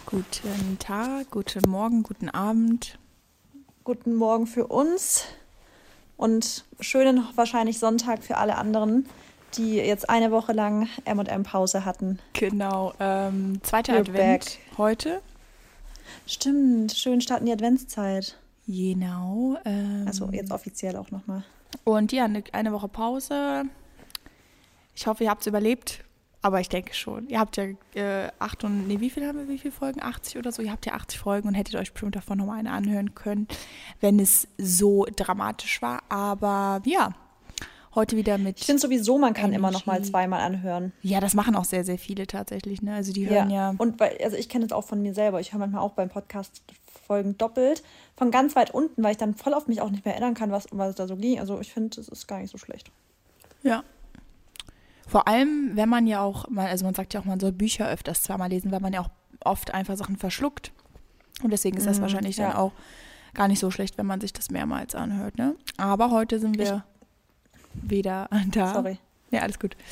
Guten Tag, guten Morgen, guten Abend. Guten Morgen für uns und schönen wahrscheinlich Sonntag für alle anderen, die jetzt eine Woche lang M&M-Pause hatten. Genau, zweiter We're Advent back. heute. Stimmt, schön starten die Adventszeit. Genau. Also jetzt offiziell auch nochmal. Und ja, eine Woche Pause. Ich hoffe, ihr habt es überlebt. Aber ich denke schon. Ihr habt ja wie viel haben wir? Wie viele Folgen? 80 oder so? Ihr habt ja 80 Folgen und hättet euch bestimmt davon nochmal eine anhören können, wenn es so dramatisch war. Aber ja, heute wieder Ich mit finde sowieso, man kann immer noch mal Energy. zweimal anhören. Ja, das machen auch sehr, sehr viele tatsächlich. Ne? Also die hören Ja, ja. und also ich kenne das auch von mir selber. Ich höre manchmal auch beim Podcast Folgen doppelt. Von ganz weit unten, weil ich dann voll auf mich auch nicht mehr erinnern kann, um was es da so ging. Also ich finde, das ist gar nicht so schlecht. Ja. Vor allem, wenn man ja auch, also man sagt ja auch, man soll Bücher öfters zweimal lesen, weil man ja auch oft einfach Sachen verschluckt. Und deswegen ist das wahrscheinlich dann Ja, auch gar nicht so schlecht, wenn man sich das mehrmals anhört. Ne? Aber heute sind ich, wir wieder da. sorry. Ja, alles gut.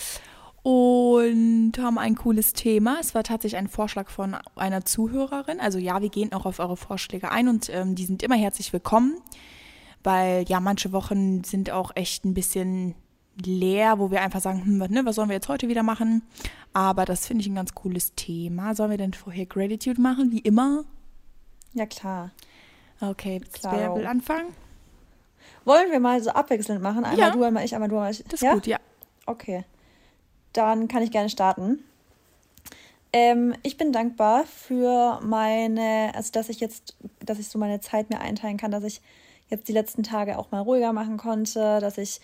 Und haben ein cooles Thema. Es war tatsächlich ein Vorschlag von einer Zuhörerin. Also ja, wir gehen auch auf eure Vorschläge ein und die sind immer herzlich willkommen, weil ja, manche Wochen sind auch echt ein bisschen leer, wo wir einfach sagen, was sollen wir jetzt heute wieder machen? Aber das finde ich ein ganz cooles Thema. Sollen wir denn vorher Gratitude machen, wie immer? Ja, klar. Okay, wer will Klaro. anfangen? Wollen wir mal so abwechselnd machen? Einmal Ja, du, einmal ich, einmal du, einmal ich. das ist Ja? gut, ja. Okay. Dann kann ich gerne starten. Ich bin dankbar für also dass ich so meine Zeit mir einteilen kann, dass ich jetzt die letzten Tage auch mal ruhiger machen konnte, dass ich,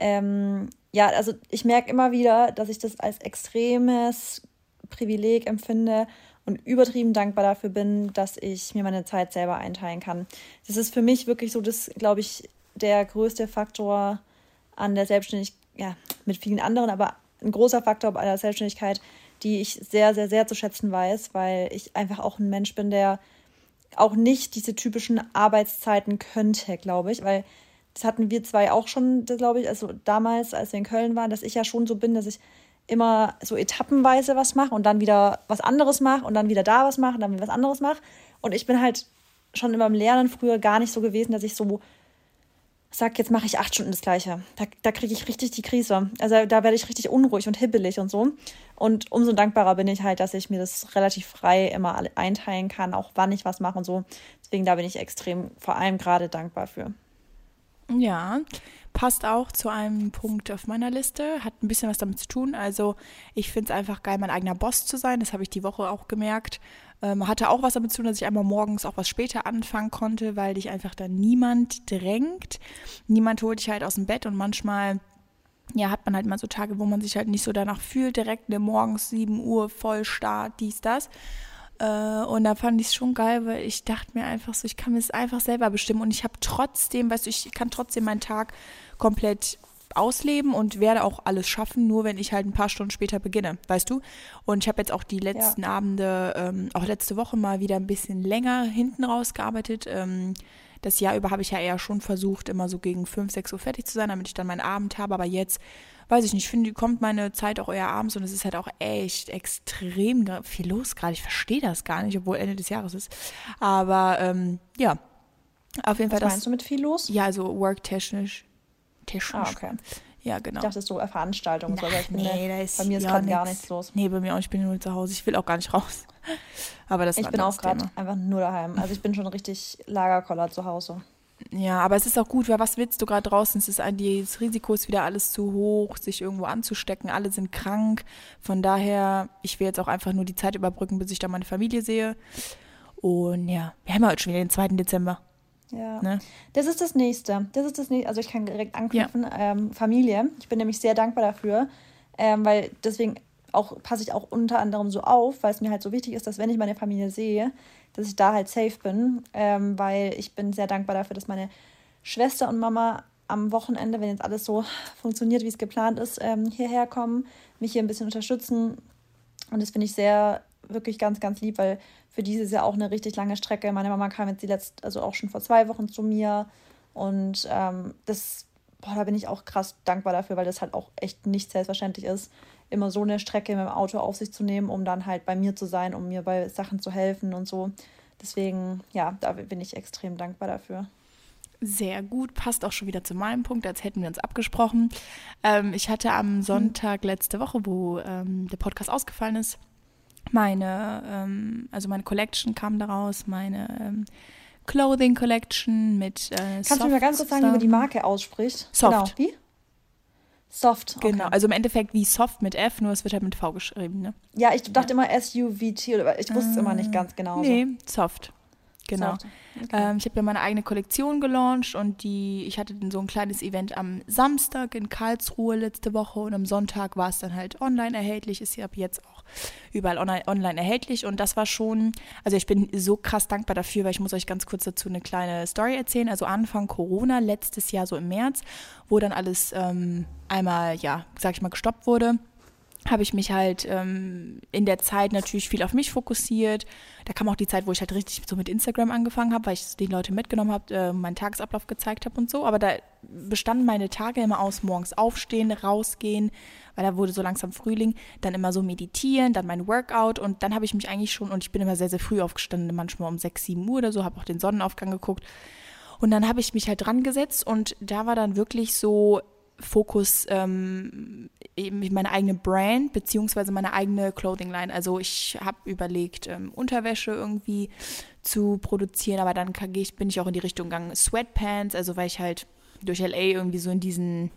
also ich merke immer wieder, dass ich das als extremes Privileg empfinde und übertrieben dankbar dafür bin, dass ich mir meine Zeit selber einteilen kann. Das ist für mich wirklich so, das, glaube ich, der größte Faktor an der Selbstständigkeit, ja, mit vielen anderen, aber ein großer Faktor bei der Selbstständigkeit, die ich sehr, sehr, sehr zu schätzen weiß, weil ich einfach auch ein Mensch bin, der auch nicht diese typischen Arbeitszeiten könnte, glaube ich, weil das hatten wir zwei auch schon, glaube ich, also damals, als wir in Köln waren, dass ich ja schon so bin, dass ich immer so etappenweise was mache und dann wieder was anderes mache und dann wieder da was mache und dann wieder was anderes mache. Und ich bin halt schon beim Lernen früher gar nicht so gewesen, dass ich so sag, jetzt mache ich 8 Stunden das Gleiche. Da kriege ich richtig die Krise. Also da werde ich richtig unruhig und hibbelig und so. Und umso dankbarer bin ich halt, dass ich mir das relativ frei immer einteilen kann, auch wann ich was mache und so. Deswegen da bin ich extrem, vor allem gerade dankbar für. Ja, passt auch zu einem Punkt auf meiner Liste, hat ein bisschen was damit zu tun. Also ich finde es einfach geil, mein eigener Boss zu sein. Das habe ich die Woche auch gemerkt. Hatte auch was damit zu tun, dass ich einmal morgens auch was später anfangen konnte, weil dich einfach da niemand drängt. Niemand holt dich halt aus dem Bett und manchmal ja, hat man halt mal so Tage, wo man sich halt nicht so danach fühlt, direkt morgens 7 Uhr Vollstart, dies, das. Und da fand ich es schon geil, weil ich dachte mir einfach so, ich kann mir es einfach selber bestimmen und ich habe trotzdem, weißt du, ich kann trotzdem meinen Tag komplett ausleben und werde auch alles schaffen, nur wenn ich halt ein paar Stunden später beginne, weißt du? Und ich habe jetzt auch die Ja, letzten Abende, auch letzte Woche mal wieder ein bisschen länger hinten rausgearbeitet. Das Jahr über habe ich ja eher schon versucht, immer so gegen 5, 6 Uhr fertig zu sein, damit ich dann meinen Abend habe. Aber jetzt, weiß ich nicht, finde, kommt meine Zeit auch eher abends und es ist halt auch echt extrem viel los gerade. Ich verstehe das gar nicht, obwohl Ende des Jahres ist. Aber ja, auf jeden Fall was meinst das, du mit viel los? ja, also worktechnisch, Ah, technisch, okay. ja, Ich genau. dachte, es ist so eine Veranstaltung und so, aber Ach ich finde, nee, da bei ist mir ist ja gerade gar nix. nichts los. Nee, bei mir auch, ich bin nur zu Hause. Ich will auch gar nicht raus. Aber das ist Ich ein bin auch anderes gerade Thema. einfach nur daheim. Also ich bin schon richtig Lagerkoller zu Hause. Ja, aber es ist auch gut, weil was willst du gerade draußen? Das Risiko ist wieder alles zu hoch, sich irgendwo anzustecken. Alle sind krank. Von daher, ich will jetzt auch einfach nur die Zeit überbrücken, bis ich dann meine Familie sehe. Und ja, wir haben ja heute schon wieder den 2. Dezember. Ja, Ne? das ist das Nächste. Das ist das Nächste. Also ich kann direkt Ja, anknüpfen. Familie. Ich bin nämlich sehr dankbar dafür, weil deswegen auch passe ich auch unter anderem so auf, weil es mir halt so wichtig ist, dass wenn ich meine Familie sehe, dass ich da halt safe bin, weil ich bin sehr dankbar dafür, dass meine Schwester und Mama am Wochenende, wenn jetzt alles so funktioniert, wie es geplant ist, hierher kommen, mich hier ein bisschen unterstützen. Und das finde ich sehr, wirklich ganz, ganz lieb, weil für die ist es ja auch eine richtig lange Strecke. Meine Mama kam jetzt also auch schon vor 2 Wochen zu mir. Und da bin ich auch krass dankbar dafür, weil das halt auch echt nicht selbstverständlich ist. immer so eine Strecke mit dem Auto auf sich zu nehmen, um dann halt bei mir zu sein, um mir bei Sachen zu helfen und so. Deswegen, ja, da bin ich extrem dankbar dafür. Sehr gut, passt auch schon wieder zu meinem Punkt, als hätten wir uns abgesprochen. Ich hatte am Sonntag letzte Woche, wo der Podcast ausgefallen ist, meine Collection kam daraus, meine Clothing Collection mit Kannst du mir mal ganz kurz sagen, wie man die Marke ausspricht? Soft. Genau, wie? Soft, okay. Genau, also im Endeffekt wie Soft mit F, nur es wird halt mit V geschrieben, ne? Ja, ich dachte immer S-U-V-T, oder ich wusste es immer nicht ganz genau. Nee, Soft. Genau. Soft. Okay. Ich habe ja meine eigene Kollektion gelauncht und ich hatte dann so ein kleines Event am Samstag in Karlsruhe letzte Woche und am Sonntag war es dann halt online erhältlich, ist ja ab jetzt auch überall online erhältlich und das war schon, also ich bin so krass dankbar dafür, weil ich muss euch ganz kurz dazu eine kleine Story erzählen, also Anfang Corona, letztes Jahr so im März, wo dann alles einmal, ja, sag ich mal, gestoppt wurde, habe ich mich halt in der Zeit natürlich viel auf mich fokussiert. Da kam auch die Zeit, wo ich halt richtig so mit Instagram angefangen habe, weil ich die Leute mitgenommen habe, meinen Tagesablauf gezeigt habe und so. Aber da bestanden meine Tage immer aus morgens aufstehen, rausgehen, weil da wurde so langsam Frühling, dann immer so meditieren, dann mein Workout und dann habe ich mich eigentlich schon, und ich bin immer sehr, sehr früh aufgestanden, manchmal um 6, 7 Uhr oder so, habe auch den Sonnenaufgang geguckt. Und dann habe ich mich halt dran gesetzt und da war dann wirklich so Fokus eben meine eigene Brand beziehungsweise meine eigene Clothing-Line. Also ich habe überlegt, Unterwäsche irgendwie zu produzieren, aber dann bin ich auch in die Richtung gegangen, Sweatpants, also weil ich halt durch LA irgendwie so in diesen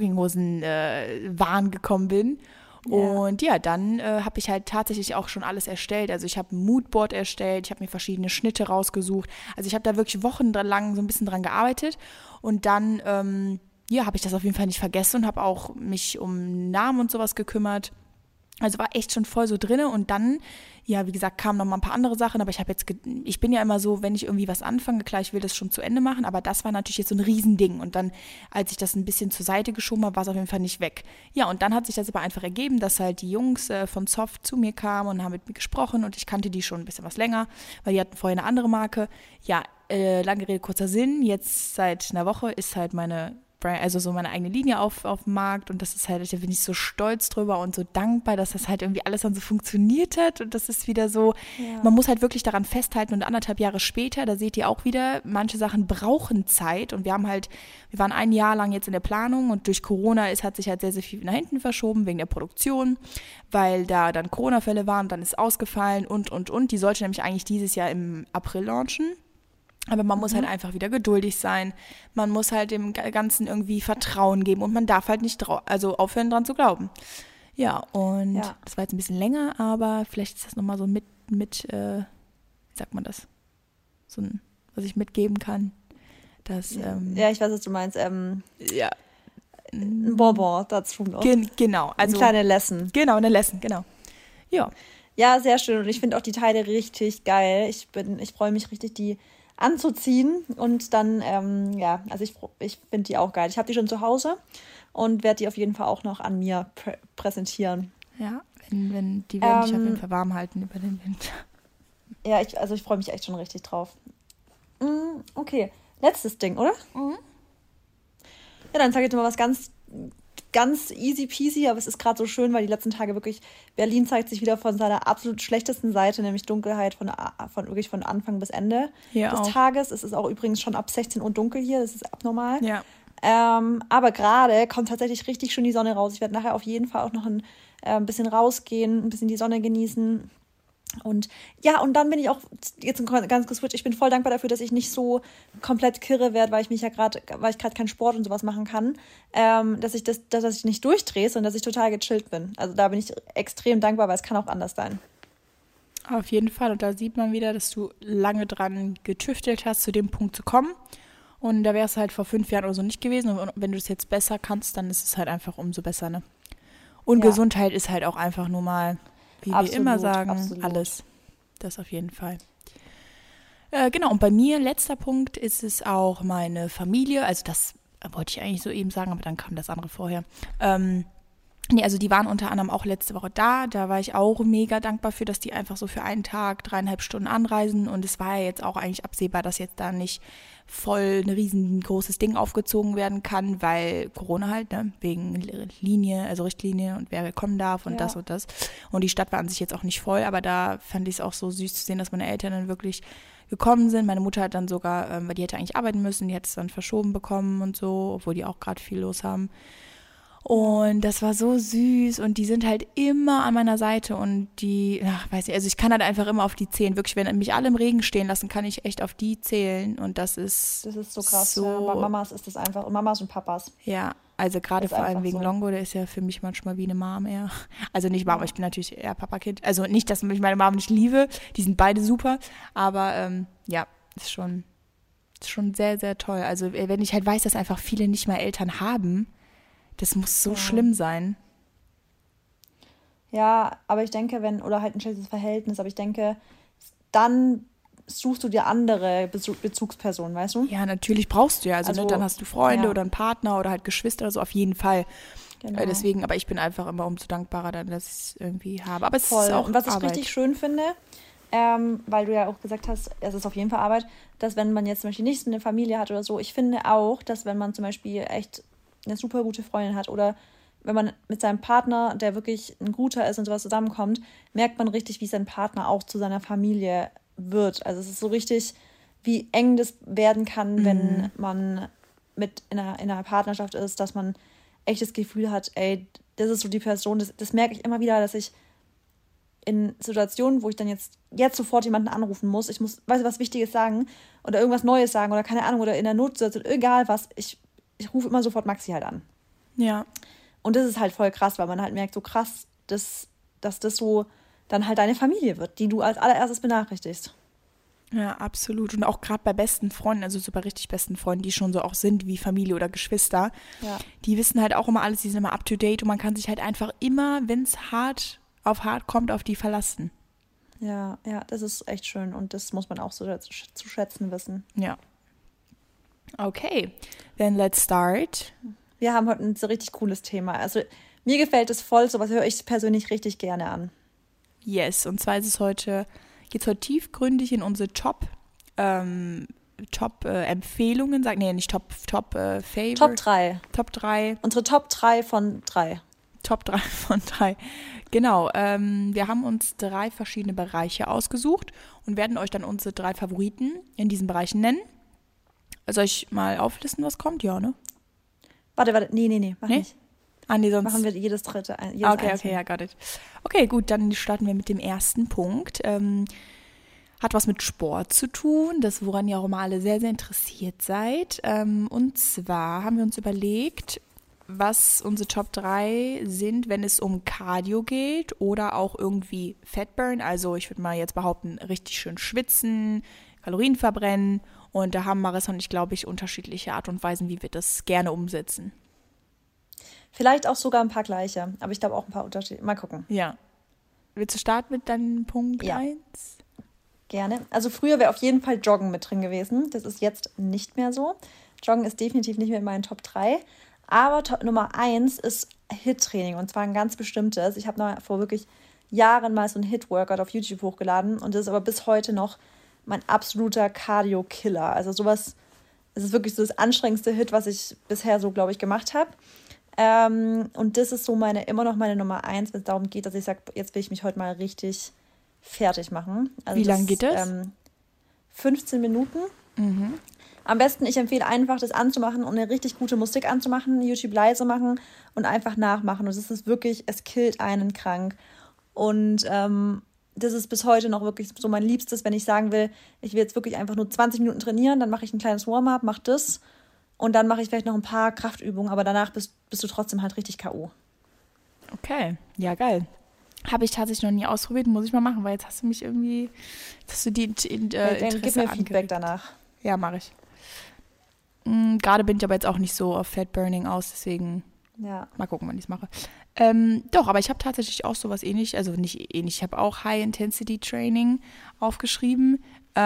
Jogginghosen-Wahn gekommen bin. Ja. Und ja, dann habe ich halt tatsächlich auch schon alles erstellt. Also ich habe ein Moodboard erstellt, ich habe mir verschiedene Schnitte rausgesucht. Also ich habe da wirklich wochenlang so ein bisschen dran gearbeitet und dann habe ich das auf jeden Fall nicht vergessen und habe auch mich um Namen und sowas gekümmert. Also war echt schon voll so drinne und dann, ja, wie gesagt, kamen noch mal ein paar andere Sachen, aber ich bin ja immer so, wenn ich irgendwie was anfange, klar, ich will das schon zu Ende machen, aber das war natürlich jetzt so ein Riesending und dann, als ich das ein bisschen zur Seite geschoben habe, war es auf jeden Fall nicht weg. Ja, und dann hat sich das aber einfach ergeben, dass halt die Jungs von Soft zu mir kamen und haben mit mir gesprochen und ich kannte die schon ein bisschen was länger, weil die hatten vorher eine andere Marke. Ja, lange Rede, kurzer Sinn, jetzt seit einer Woche ist halt meine eigene Linie auf dem Markt und das ist halt, da bin ich so stolz drüber und so dankbar, dass das halt irgendwie alles dann so funktioniert hat und das ist wieder so, man muss halt wirklich daran festhalten und 1,5 Jahre später, da seht ihr auch wieder, manche Sachen brauchen Zeit und wir waren ein Jahr lang jetzt in der Planung und durch Corona hat sich halt sehr, sehr viel nach hinten verschoben wegen der Produktion, weil da dann Corona-Fälle waren, dann ist ausgefallen und. Die sollte nämlich eigentlich dieses Jahr im April launchen. Aber man muss halt einfach wieder geduldig sein. Man muss halt dem Ganzen irgendwie Vertrauen geben und man darf halt nicht aufhören, dran zu glauben. Ja, und das war jetzt ein bisschen länger, aber vielleicht ist das nochmal so wie sagt man das? So ein, was ich mitgeben kann. Dass, ja, ich weiß, was du meinst. Ein Bonbon dazu noch. Genau. Also, eine kleine Lesson. Genau, eine Lesson, genau. Ja. Ja, sehr schön und ich finde auch die Teile richtig geil. Ich freue mich richtig, die anzuziehen und dann, also ich finde die auch geil. Ich habe die schon zu Hause und werde die auf jeden Fall auch noch an mir präsentieren. Ja, wenn die werden dich auf jeden Fall warm halten über den Winter. Ja, ich freue mich echt schon richtig drauf. Okay, letztes Ding, oder? Mhm. Ja, dann sage ich dir mal was ganz easy peasy, aber es ist gerade so schön, weil die letzten Tage wirklich, Berlin zeigt sich wieder von seiner absolut schlechtesten Seite, nämlich Dunkelheit von Anfang bis Ende des Tages. Es ist auch übrigens schon ab 16 Uhr dunkel hier, das ist abnormal. Ja. Aber gerade kommt tatsächlich richtig schön die Sonne raus. Ich werde nachher auf jeden Fall auch noch ein bisschen rausgehen, ein bisschen die Sonne genießen. Und ja, und dann bin ich auch jetzt ganz geswitcht. Ich bin voll dankbar dafür, dass ich nicht so komplett kirre werde, weil ich gerade keinen Sport und sowas machen kann, dass ich nicht durchdrehe, sondern dass ich total gechillt bin. Also da bin ich extrem dankbar, weil es kann auch anders sein. Auf jeden Fall. Und da sieht man wieder, dass du lange dran getüftelt hast, zu dem Punkt zu kommen. Und da wäre es halt vor 5 Jahren oder so nicht gewesen. Und wenn du das jetzt besser kannst, dann ist es halt einfach umso besser, ne? Und Gesundheit ist halt auch einfach nur mal, wie wir immer sagen, alles. Das auf jeden Fall. Genau, und bei mir, letzter Punkt, ist es auch meine Familie. Also das wollte ich eigentlich so eben sagen, aber dann kam das andere vorher. Nee, also die waren unter anderem auch letzte Woche da. Da war ich auch mega dankbar für, dass die einfach so für einen Tag 3,5 Stunden anreisen. Und es war ja jetzt auch eigentlich absehbar, dass jetzt da nicht voll ein riesengroßes Ding aufgezogen werden kann, weil Corona halt, ne, wegen Linie, also Richtlinie und wer kommen darf und das und das. Und die Stadt war an sich jetzt auch nicht voll, aber da fand ich es auch so süß zu sehen, dass meine Eltern dann wirklich gekommen sind. Meine Mutter hat dann sogar, weil die hätte eigentlich arbeiten müssen, die hätte es dann verschoben bekommen und so, obwohl die auch gerade viel los haben. Und das war so süß und die sind halt immer an meiner Seite und die, ach, weiß nicht, also ich kann halt einfach immer auf die zählen. Wirklich, wenn mich alle im Regen stehen lassen, kann ich echt auf die zählen und das ist so krass. So, ja. Bei Mamas ist das einfach, und Mamas und Papas. Ja, also gerade vor allem wegen so. Longo, der ist ja für mich manchmal wie eine Mom eher. Also nicht Mom, ich bin natürlich eher Papa-Kind. Also nicht, dass ich meine Mom nicht liebe, die sind beide super, aber ja, ist schon sehr, sehr toll. Also wenn ich halt weiß, dass einfach viele nicht mal Eltern haben, das muss so schlimm sein. Ja, aber ich denke, oder halt ein schlechtes Verhältnis, aber ich denke, dann suchst du dir andere Bezugspersonen, weißt du? Ja, natürlich brauchst du ja. Also ne, dann hast du Freunde oder einen Partner oder halt Geschwister oder so, auf jeden Fall. Genau. Deswegen, aber ich bin einfach immer umso dankbarer, dann, dass ich es irgendwie habe. Aber es ist auch Und was Arbeit. Ich richtig schön finde, weil du ja auch gesagt hast, es ist auf jeden Fall Arbeit, dass wenn man jetzt zum Beispiel nicht eine Familie hat oder so, ich finde auch, dass wenn man zum Beispiel echt eine super gute Freundin hat oder wenn man mit seinem Partner, der wirklich ein guter ist und sowas zusammenkommt, merkt man richtig, wie sein Partner auch zu seiner Familie wird. Also es ist so richtig, wie eng das werden kann, wenn man mit in einer Partnerschaft ist, dass man echt das Gefühl hat, ey, das ist so die Person, das merke ich immer wieder, dass ich in Situationen, wo ich dann jetzt sofort jemanden anrufen muss, ich muss, weißt du, was Wichtiges sagen oder irgendwas Neues sagen oder keine Ahnung oder in der Notsituation, egal was, ich rufe immer sofort Maxi halt an. Ja. Und das ist halt voll krass, weil man halt merkt, so krass, dass das so dann halt deine Familie wird, die du als allererstes benachrichtigst. Ja, absolut. Und auch gerade bei besten Freunden, also so bei richtig besten Freunden, die schon so auch sind wie Familie oder Geschwister, die wissen halt auch immer alles, die sind immer up to date und man kann sich halt einfach immer, wenn es hart auf hart kommt, auf die verlassen. Ja, das ist echt schön und das muss man auch so zu schätzen wissen. Ja. Okay, then let's start. Wir haben heute ein so richtig cooles Thema. Also mir gefällt es voll, sowas höre ich persönlich richtig gerne an. Yes, und zwar geht es heute tiefgründig in unsere Top-Empfehlungen, nicht Favorite. Top 3. Top 3. Unsere Top 3 von 3. Top 3 von 3. Genau, wir haben uns 3 verschiedene Bereiche ausgesucht und werden euch dann unsere 3 Favoriten in diesen Bereichen nennen. Soll ich mal auflisten, was kommt? Ja, ne? Warte, nee, mach nicht. Nee, sonst machen wir jedes dritte. Okay, ja, got it. Okay, gut, dann starten wir mit dem ersten Punkt. Hat was mit Sport zu tun, das woran ihr auch immer alle sehr, sehr interessiert seid. Und zwar haben wir uns überlegt, was unsere Top 3 sind, wenn es um Cardio geht oder auch irgendwie Fatburn. Also ich würde mal jetzt behaupten, richtig schön schwitzen, Kalorien verbrennen. Und da haben Marissa und ich, glaube ich, unterschiedliche Art und Weisen, wie wir das gerne umsetzen. Vielleicht auch sogar ein paar gleiche, aber ich glaube auch ein paar Unterschiede. Mal gucken. Ja. Willst du starten mit deinem Punkt 1? Gerne. Also früher wäre auf jeden Fall Joggen mit drin gewesen. Das ist jetzt nicht mehr so. Joggen ist definitiv nicht mehr in meinen Top 3. Aber Nummer 1 ist HIIT-Training und zwar ein ganz bestimmtes. Ich habe noch vor wirklich Jahren mal so ein HIIT-Workout auf YouTube hochgeladen und das ist aber bis heute noch mein absoluter Cardio-Killer. Also sowas, es ist wirklich so das anstrengendste HIIT, was ich bisher so, glaube ich, gemacht habe. Und das ist so immer noch meine Nummer 1, wenn es darum geht, dass ich sage, jetzt will ich mich heute mal richtig fertig machen. Also wie lange geht das? 15 Minuten. Mhm. Am besten, ich empfehle einfach, das anzumachen und eine richtig gute Musik anzumachen, YouTube leise machen und einfach nachmachen. Und das ist wirklich, es killt einen krank. Und das ist bis heute noch wirklich so mein Liebstes, wenn ich sagen will, ich will jetzt wirklich einfach nur 20 Minuten trainieren, dann mache ich ein kleines Warm-up, mache das und dann mache ich vielleicht noch ein paar Kraftübungen, aber danach bist du trotzdem halt richtig K.O. Okay, ja geil. Habe ich tatsächlich noch nie ausprobiert, muss ich mal machen, weil jetzt hast du mich irgendwie, die Interesse gib mir Feedback danach. Ja, mache ich. Gerade bin ich aber jetzt auch nicht so auf Fat-Burning aus, deswegen mal gucken, wann ich es mache. Doch, aber ich habe tatsächlich auch sowas ähnlich, also nicht ähnlich, ich habe auch High-Intensity-Training aufgeschrieben.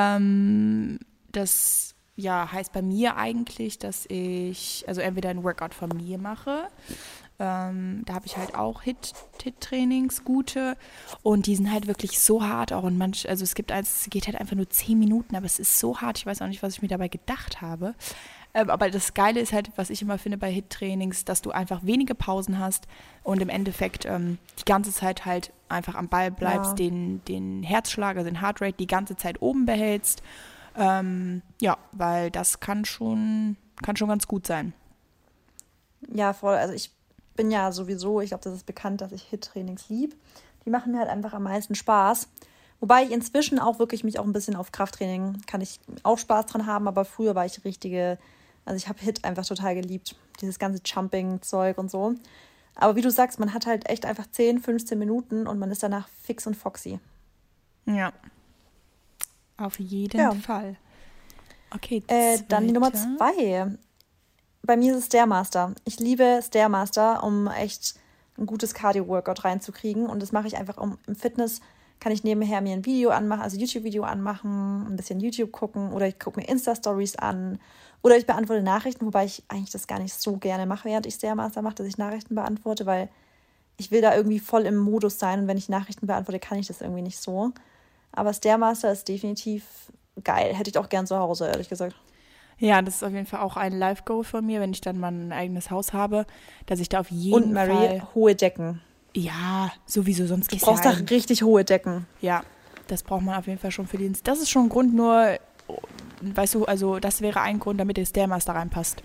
Das heißt bei mir eigentlich, dass ich also entweder ein Workout von mir mache Da habe ich halt auch HIIT-Trainings, gute. Und die sind halt wirklich so hart auch. Und also es gibt eins, es geht halt einfach nur 10 Minuten, aber es ist so hart. Ich weiß auch nicht, was ich mir dabei gedacht habe. Aber das Geile ist halt, was ich immer finde bei HIIT-Trainings, dass du einfach wenige Pausen hast und im Endeffekt die ganze Zeit halt einfach am Ball bleibst, den Herzschlag, also den Heartrate die ganze Zeit oben behältst. Weil das kann schon ganz gut sein. Ja, voll. Also ich bin ja sowieso, ich glaube, das ist bekannt, dass ich HIIT-Trainings liebe. Die machen mir halt einfach am meisten Spaß. Wobei ich inzwischen auch wirklich mich auch ein bisschen auf Krafttraining, kann ich auch Spaß dran haben, aber früher war ich also ich habe HIIT einfach total geliebt. Dieses ganze Jumping-Zeug und so. Aber wie du sagst, man hat halt echt einfach 10, 15 Minuten und man ist danach fix und foxy. Ja, auf jeden Fall. Okay, dann die Nummer 2. Bei mir ist es Stairmaster. Ich liebe Stairmaster, um echt ein gutes Cardio-Workout reinzukriegen. Und das mache ich einfach im Fitness. Kann ich nebenher mir ein Video anmachen, also YouTube-Video anmachen, ein bisschen YouTube gucken oder ich gucke mir Insta-Stories an oder ich beantworte Nachrichten, wobei ich eigentlich das gar nicht so gerne mache, während ich Stairmaster mache, dass ich Nachrichten beantworte, weil ich will da irgendwie voll im Modus sein und wenn ich Nachrichten beantworte, kann ich das irgendwie nicht so. Aber Stairmaster ist definitiv geil. Hätte ich auch gern zu Hause, ehrlich gesagt. Ja, das ist auf jeden Fall auch ein Live-Goal von mir, wenn ich dann mal ein eigenes Haus habe, dass ich da auf jeden Fall... Und Marie, hohe Decken. Ja, sowieso, sonst gehst du brauchst da richtig hohe Decken. Ja, das braucht man auf jeden Fall schon für den... Das ist schon ein Grund nur, weißt du, also das wäre ein Grund, damit der Stairmaster reinpasst.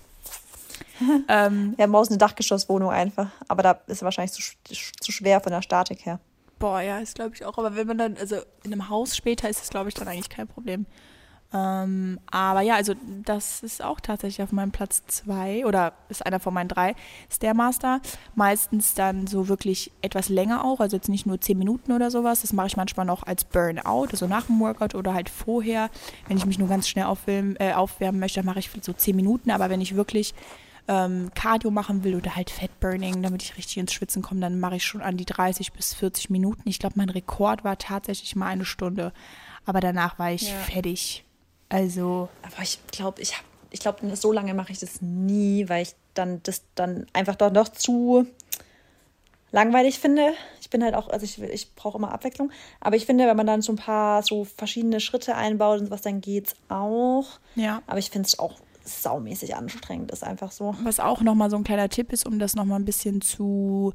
Ja, Maus eine Dachgeschosswohnung einfach. Aber da ist es wahrscheinlich zu schwer von der Statik her. Boah, ja, ist glaube ich auch. Aber wenn man dann, also in einem Haus später ist es glaube ich dann eigentlich kein Problem. Aber ja, also das ist auch tatsächlich auf meinem Platz 2 oder ist einer von meinen 3 Stairmaster. Meistens dann so wirklich etwas länger auch, also jetzt nicht nur 10 Minuten oder sowas. Das mache ich manchmal noch als Burnout, also nach dem Workout oder halt vorher. Wenn ich mich nur ganz schnell aufwärmen möchte, dann mache ich so 10 Minuten. Aber wenn ich wirklich Cardio machen will oder halt Fettburning, damit ich richtig ins Schwitzen komme, dann mache ich schon an die 30 bis 40 Minuten. Ich glaube, mein Rekord war tatsächlich mal 1 Stunde. Aber danach war ich fertig. Also. Aber ich glaube, so lange mache ich das nie, weil ich das dann einfach doch noch zu langweilig finde. Ich bin halt auch, also ich brauche immer Abwechslung. Aber ich finde, wenn man dann so ein paar so verschiedene Schritte einbaut und sowas, dann geht's auch. Ja. Aber ich finde es auch saumäßig anstrengend, ist einfach so. Was auch nochmal so ein kleiner Tipp ist, um das nochmal ein bisschen zu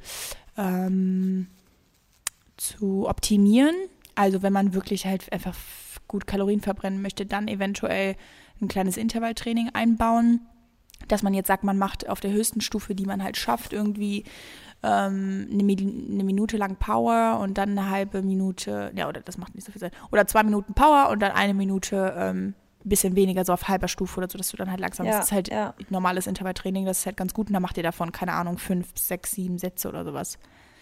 optimieren. Also wenn man wirklich halt einfach gut Kalorien verbrennen möchte, dann eventuell ein kleines Intervalltraining einbauen, dass man jetzt sagt, man macht auf der höchsten Stufe, die man halt schafft, irgendwie eine Minute lang Power und dann eine halbe Minute, ja, oder das macht nicht so viel Sinn, oder 2 Minuten Power und dann 1 Minute ein bisschen weniger, so auf halber Stufe oder so, dass du dann halt langsam, das ist halt normales Intervalltraining, das ist halt ganz gut und dann macht ihr davon, keine Ahnung, 5, 6, 7 Sätze oder sowas.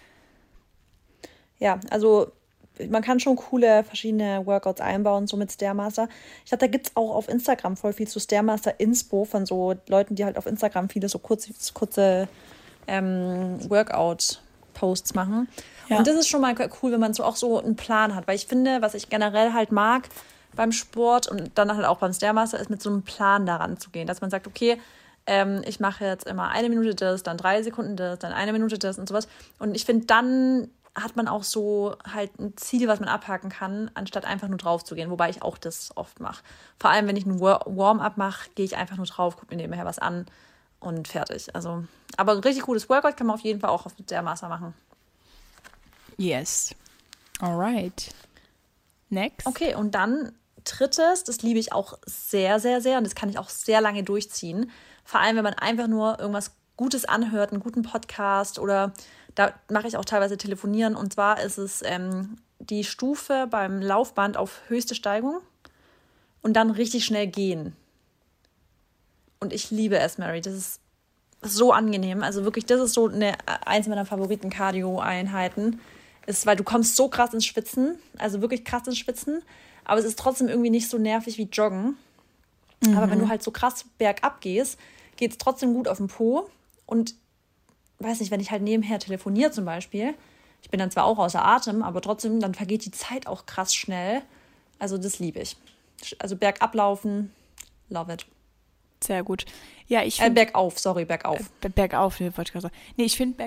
Ja, also man kann schon coole verschiedene Workouts einbauen, so mit Stairmaster. Ich glaube, da gibt es auch auf Instagram voll viel zu Stairmaster Inspo von so Leuten, die halt auf Instagram viele so kurze Workout-Posts machen. Ja. Und das ist schon mal cool, wenn man so auch so einen Plan hat. Weil ich finde, was ich generell halt mag beim Sport und dann halt auch beim Stairmaster, ist mit so einem Plan daran zu gehen. Dass man sagt, okay, ich mache jetzt immer 1 Minute das, dann 3 Sekunden das, dann 1 Minute das und sowas. Und ich finde, dann hat man auch so halt ein Ziel, was man abhaken kann, anstatt einfach nur drauf zu gehen, wobei ich auch das oft mache. Vor allem, wenn ich ein Warm-up mache, gehe ich einfach nur drauf, gucke mir nebenher was an und fertig. Also, aber ein richtig gutes Workout kann man auf jeden Fall auch auf der Masse machen. Yes. Alright. Next. Okay, und dann 3. Das liebe ich auch sehr, sehr, sehr und das kann ich auch sehr lange durchziehen. Vor allem, wenn man einfach nur irgendwas Gutes anhört, einen guten Podcast oder da mache ich auch teilweise telefonieren. Und zwar ist es die Stufe beim Laufband auf höchste Steigung und dann richtig schnell gehen. Und ich liebe es, Mary. Das ist so angenehm. Also wirklich, das ist so eins meiner Favoriten-Cardio-Einheiten. Ist, weil du kommst so krass ins Schwitzen, also wirklich krass ins Schwitzen, aber es ist trotzdem irgendwie nicht so nervig wie Joggen. Mhm. Aber wenn du halt so krass bergab gehst, geht es trotzdem gut auf den Po. Und weiß nicht, wenn ich halt nebenher telefoniere zum Beispiel, ich bin dann zwar auch außer Atem, aber trotzdem, dann vergeht die Zeit auch krass schnell. Also das liebe ich. Also bergab laufen, love it. Sehr gut. Ja, ich finde Bergauf. Bergauf, wollte ich gerade sagen. Nee, ich finde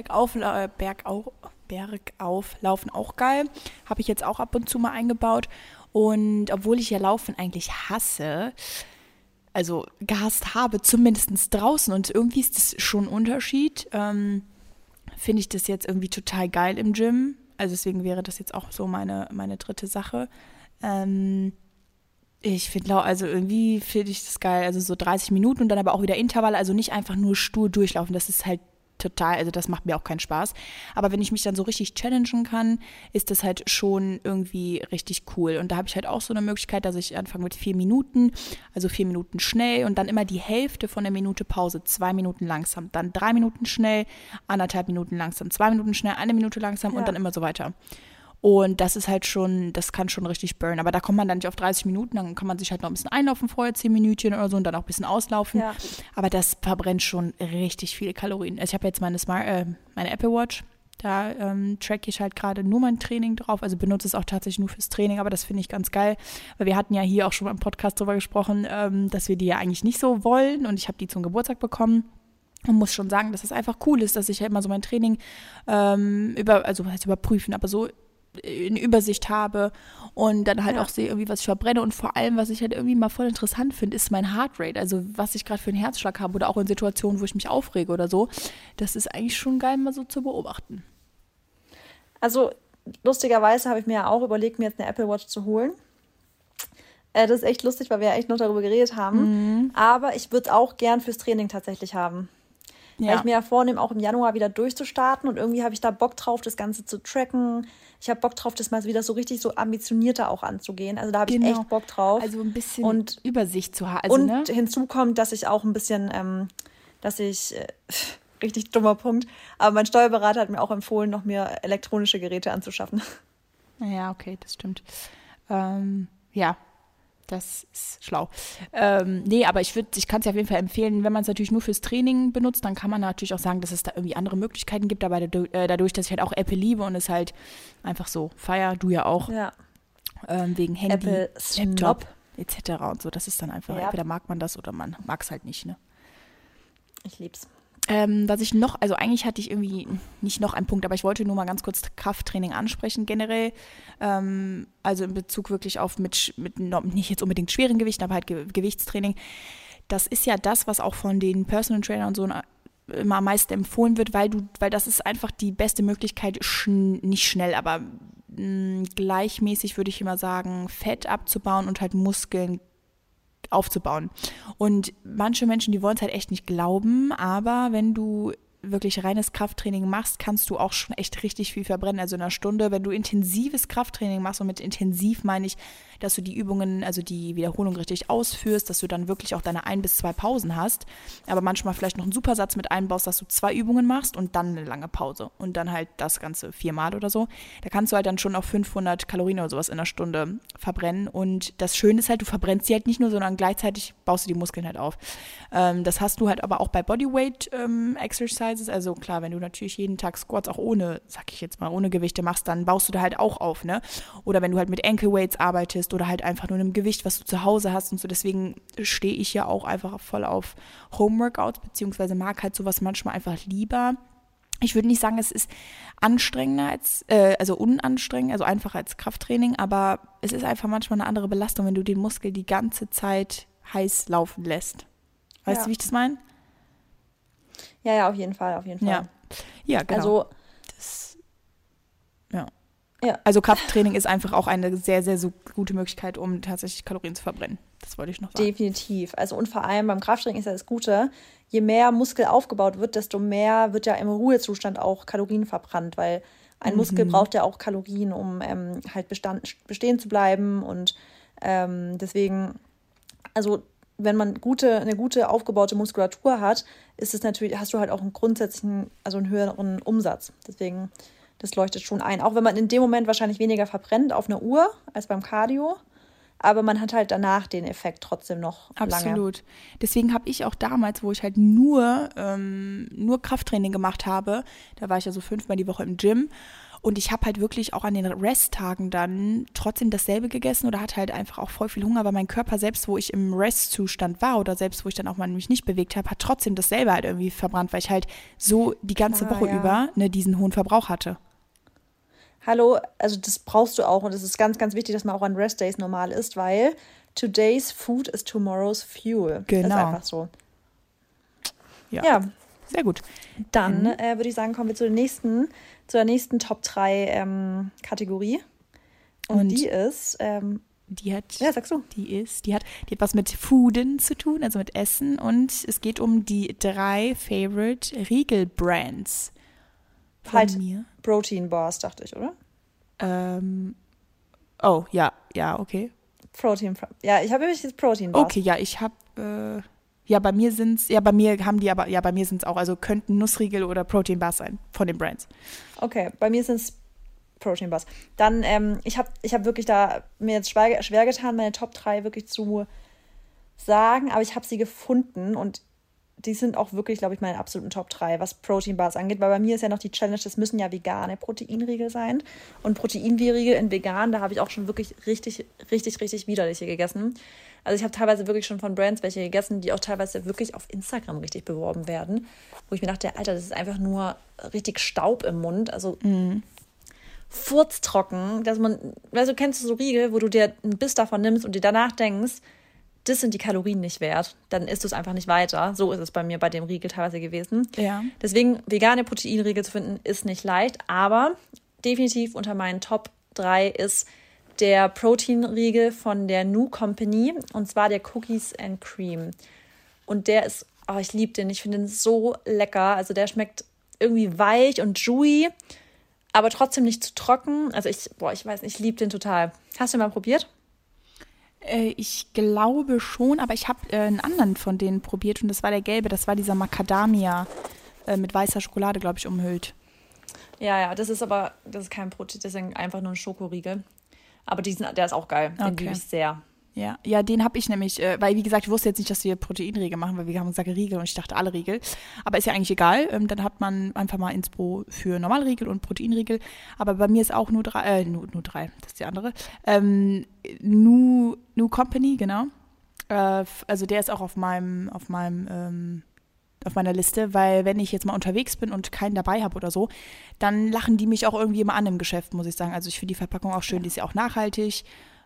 Bergauf laufen auch geil. Habe ich jetzt auch ab und zu mal eingebaut. Und obwohl ich ja Laufen eigentlich hasse, also gehasst habe, zumindest draußen, und irgendwie ist das schon ein Unterschied, finde ich das jetzt irgendwie total geil im Gym. Also deswegen wäre das jetzt auch so meine dritte Sache. Also irgendwie finde ich das geil, also so 30 Minuten und dann aber auch wieder Intervalle, also nicht einfach nur stur durchlaufen, das ist halt total, also das macht mir auch keinen Spaß. Aber wenn ich mich dann so richtig challengen kann, ist das halt schon irgendwie richtig cool. Und da habe ich halt auch so eine Möglichkeit, dass ich anfange mit 4 Minuten, also 4 Minuten schnell und dann immer die Hälfte von der Minute Pause, 2 Minuten langsam, dann 3 Minuten schnell, 1,5 Minuten langsam, 2 Minuten schnell, 1 Minute langsam und dann immer so weiter. Und das ist halt schon, das kann schon richtig burnen. Aber da kommt man dann nicht auf 30 Minuten, dann kann man sich halt noch ein bisschen einlaufen vorher, 10 Minütchen oder so und dann auch ein bisschen auslaufen. Ja. Aber das verbrennt schon richtig viele Kalorien. Also ich habe jetzt meine Apple Watch, da track ich halt gerade nur mein Training drauf, also benutze es auch tatsächlich nur fürs Training, aber das finde ich ganz geil, weil wir hatten ja hier auch schon mal im Podcast drüber gesprochen, dass wir die ja eigentlich nicht so wollen und ich habe die zum Geburtstag bekommen. Und muss schon sagen, dass es einfach cool ist, dass ich ja immer so mein Training überprüfen, aber so in Übersicht habe und dann halt auch sehe irgendwie, was ich verbrenne und vor allem, was ich halt irgendwie mal voll interessant finde, ist mein Heartrate, also was ich gerade für einen Herzschlag habe oder auch in Situationen, wo ich mich aufrege oder so. Das ist eigentlich schon geil, mal so zu beobachten. Also lustigerweise habe ich mir ja auch überlegt, mir jetzt eine Apple Watch zu holen. Das ist echt lustig, weil wir ja echt noch darüber geredet haben. Aber ich würde es auch gern fürs Training tatsächlich haben. Ja. Weil ich mir ja vornehme, auch im Januar wieder durchzustarten und irgendwie habe ich da Bock drauf, das Ganze zu tracken. Ich habe Bock drauf, das mal wieder so richtig so ambitionierter auch anzugehen. Also da habe ich echt Bock drauf. Also ein bisschen Übersicht zu haben. Also, und hinzu kommt, dass ich auch ein bisschen, richtig dummer Punkt, aber mein Steuerberater hat mir auch empfohlen, noch mir elektronische Geräte anzuschaffen. Ja, okay, das stimmt. Ja. Das ist schlau. Nee, aber ich kann es ja auf jeden Fall empfehlen, wenn man es natürlich nur fürs Training benutzt, dann kann man natürlich auch sagen, dass es da irgendwie andere Möglichkeiten gibt, aber dadurch, dass ich halt auch Apple liebe und es halt einfach so feier, du ja auch, wegen Handy, Apple Laptop etc. und so, das ist dann einfach, Ja. entweder mag man das oder man mag es halt nicht, ne? Ich lieb's. Was ich noch, also eigentlich hatte ich irgendwie nicht noch einen Punkt, aber ich wollte nur mal ganz kurz Krafttraining ansprechen generell. Also in Bezug wirklich auf mit nicht jetzt unbedingt schweren Gewichten, aber halt Gewichtstraining. Das ist ja das, was auch von den Personal Trainern und so immer am meisten empfohlen wird, weil das ist einfach die beste Möglichkeit, nicht schnell, aber gleichmäßig würde ich immer sagen, Fett abzubauen und halt Muskeln aufzubauen. Und manche Menschen, die wollen es halt echt nicht glauben, aber wenn du wirklich reines Krafttraining machst, kannst du auch schon echt richtig viel verbrennen. Also in einer Stunde, wenn du intensives Krafttraining machst, und mit intensiv meine ich, dass du die Übungen, also die Wiederholung richtig ausführst, dass du dann wirklich auch deine 1 bis 2 Pausen hast, aber manchmal vielleicht noch einen Supersatz mit einbaust, dass du 2 Übungen machst und dann eine lange Pause und dann halt das Ganze 4-mal oder so. Da kannst du halt dann schon auf 500 Kalorien oder sowas in einer Stunde verbrennen und das Schöne ist halt, du verbrennst sie halt nicht nur, sondern gleichzeitig baust du die Muskeln halt auf. Das hast du halt aber auch bei Bodyweight Exercises. Also klar, wenn du natürlich jeden Tag Squats auch ohne Gewichte machst, dann baust du da halt auch auf, ne? Oder wenn du halt mit Ankle Weights arbeitest oder halt einfach nur einem Gewicht, was du zu Hause hast und so. Deswegen stehe ich ja auch einfach voll auf Home-Workouts, beziehungsweise mag halt sowas manchmal einfach lieber. Ich würde nicht sagen, es ist anstrengender unanstrengend, also einfacher als Krafttraining, aber es ist einfach manchmal eine andere Belastung, wenn du den Muskel die ganze Zeit heiß laufen lässt. Weißt du, wie ich das meine? Ja, auf jeden Fall. Ja, genau. Also, Also Krafttraining ist einfach auch eine sehr, sehr so gute Möglichkeit, um tatsächlich Kalorien zu verbrennen. Das wollte ich noch sagen. Definitiv. Also und vor allem beim Krafttraining ist ja das Gute, je mehr Muskel aufgebaut wird, desto mehr wird ja im Ruhezustand auch Kalorien verbrannt, weil ein Muskel braucht ja auch Kalorien, um halt bestehen zu bleiben und deswegen, also wenn man eine gute aufgebaute Muskulatur hat, ist es natürlich, hast du halt auch einen grundsätzlichen, also einen höheren Umsatz. Deswegen, das leuchtet schon ein. Auch wenn man in dem Moment wahrscheinlich weniger verbrennt auf einer Uhr als beim Cardio, aber man hat halt danach den Effekt trotzdem noch lange. Absolut. Deswegen habe ich auch damals, wo ich halt nur Krafttraining gemacht habe, da war ich ja so 5-mal die Woche im Gym Und ich habe halt wirklich auch an den Resttagen dann trotzdem dasselbe gegessen oder hatte halt einfach auch voll viel Hunger, weil mein Körper, selbst wo ich im Restzustand war oder selbst wo ich dann auch mal mich nicht bewegt habe, hat trotzdem dasselbe halt irgendwie verbrannt, weil ich halt so die ganze Woche über diesen hohen Verbrauch hatte. Hallo, also das brauchst du auch und es ist ganz, ganz wichtig, dass man auch an Restdays normal isst, weil today's food is tomorrow's fuel. Genau. Das ist einfach so. Ja. Sehr gut. Dann würde ich sagen, kommen wir zur nächsten Top 3 Kategorie. Und die ist, die hat, ja, sagst du? Die hat was mit Fooden zu tun, also mit Essen. Und es geht um die 3 Favorite Riegel-Brands von halt mir. Protein Bars, dachte ich, oder? Oh, ja, okay. Ja, ich habe nämlich jetzt Protein Bars. Okay, ja, ich habe, bei mir sind's auch, also könnten Nussriegel oder Protein Bars sein, von den Brands. Okay, bei mir sind es Protein Bars. Dann, ich hab wirklich da mir jetzt schwer getan, meine Top 3 wirklich zu sagen, aber ich habe sie gefunden und die sind auch wirklich, glaube ich, meine absoluten Top 3, was Protein Bars angeht, weil bei mir ist ja noch die Challenge, das müssen ja vegane Proteinriegel sein und Proteinriegel in vegan, da habe ich auch schon wirklich richtig, richtig, richtig widerliche gegessen. Also ich habe teilweise wirklich schon von Brands welche gegessen, die auch teilweise wirklich auf Instagram richtig beworben werden, wo ich mir dachte, Alter, das ist einfach nur richtig Staub im Mund, also furztrocken, dass man, also kennst du so Riegel, wo du dir einen Biss davon nimmst und dir danach denkst, das sind die Kalorien nicht wert, dann isst du es einfach nicht weiter. So ist es bei mir bei dem Riegel teilweise gewesen. Ja. Deswegen, vegane Proteinriegel zu finden, ist nicht leicht, aber definitiv unter meinen Top 3 ist der Proteinriegel von der New Company und zwar der Cookies and Cream. Und der ist, ich liebe den, ich finde den so lecker. Also der schmeckt irgendwie weich und dewy, aber trotzdem nicht zu trocken. Also ich weiß nicht, ich liebe den total. Hast du den mal probiert? Ich glaube schon, aber ich habe einen anderen von denen probiert und das war der gelbe, das war dieser Macadamia mit weißer Schokolade, glaube ich, umhüllt. Ja, das ist kein Protein, das ist einfach nur ein Schokoriegel. Aber der ist auch geil, den liebe ich sehr. Ja, den habe ich nämlich, weil wie gesagt, ich wusste jetzt nicht, dass wir Proteinriegel machen, weil wir haben gesagt Riegel und ich dachte alle Riegel. Aber ist ja eigentlich egal, dann hat man einfach mal Inspo für Normalriegel und Proteinriegel. Aber bei mir ist auch nur 3, das ist die andere. New Company, genau. Also der ist auch auf meiner Liste, weil wenn ich jetzt mal unterwegs bin und keinen dabei habe oder so, dann lachen die mich auch irgendwie immer an im Geschäft, muss ich sagen. Also ich finde die Verpackung auch schön, die ist ja auch nachhaltig.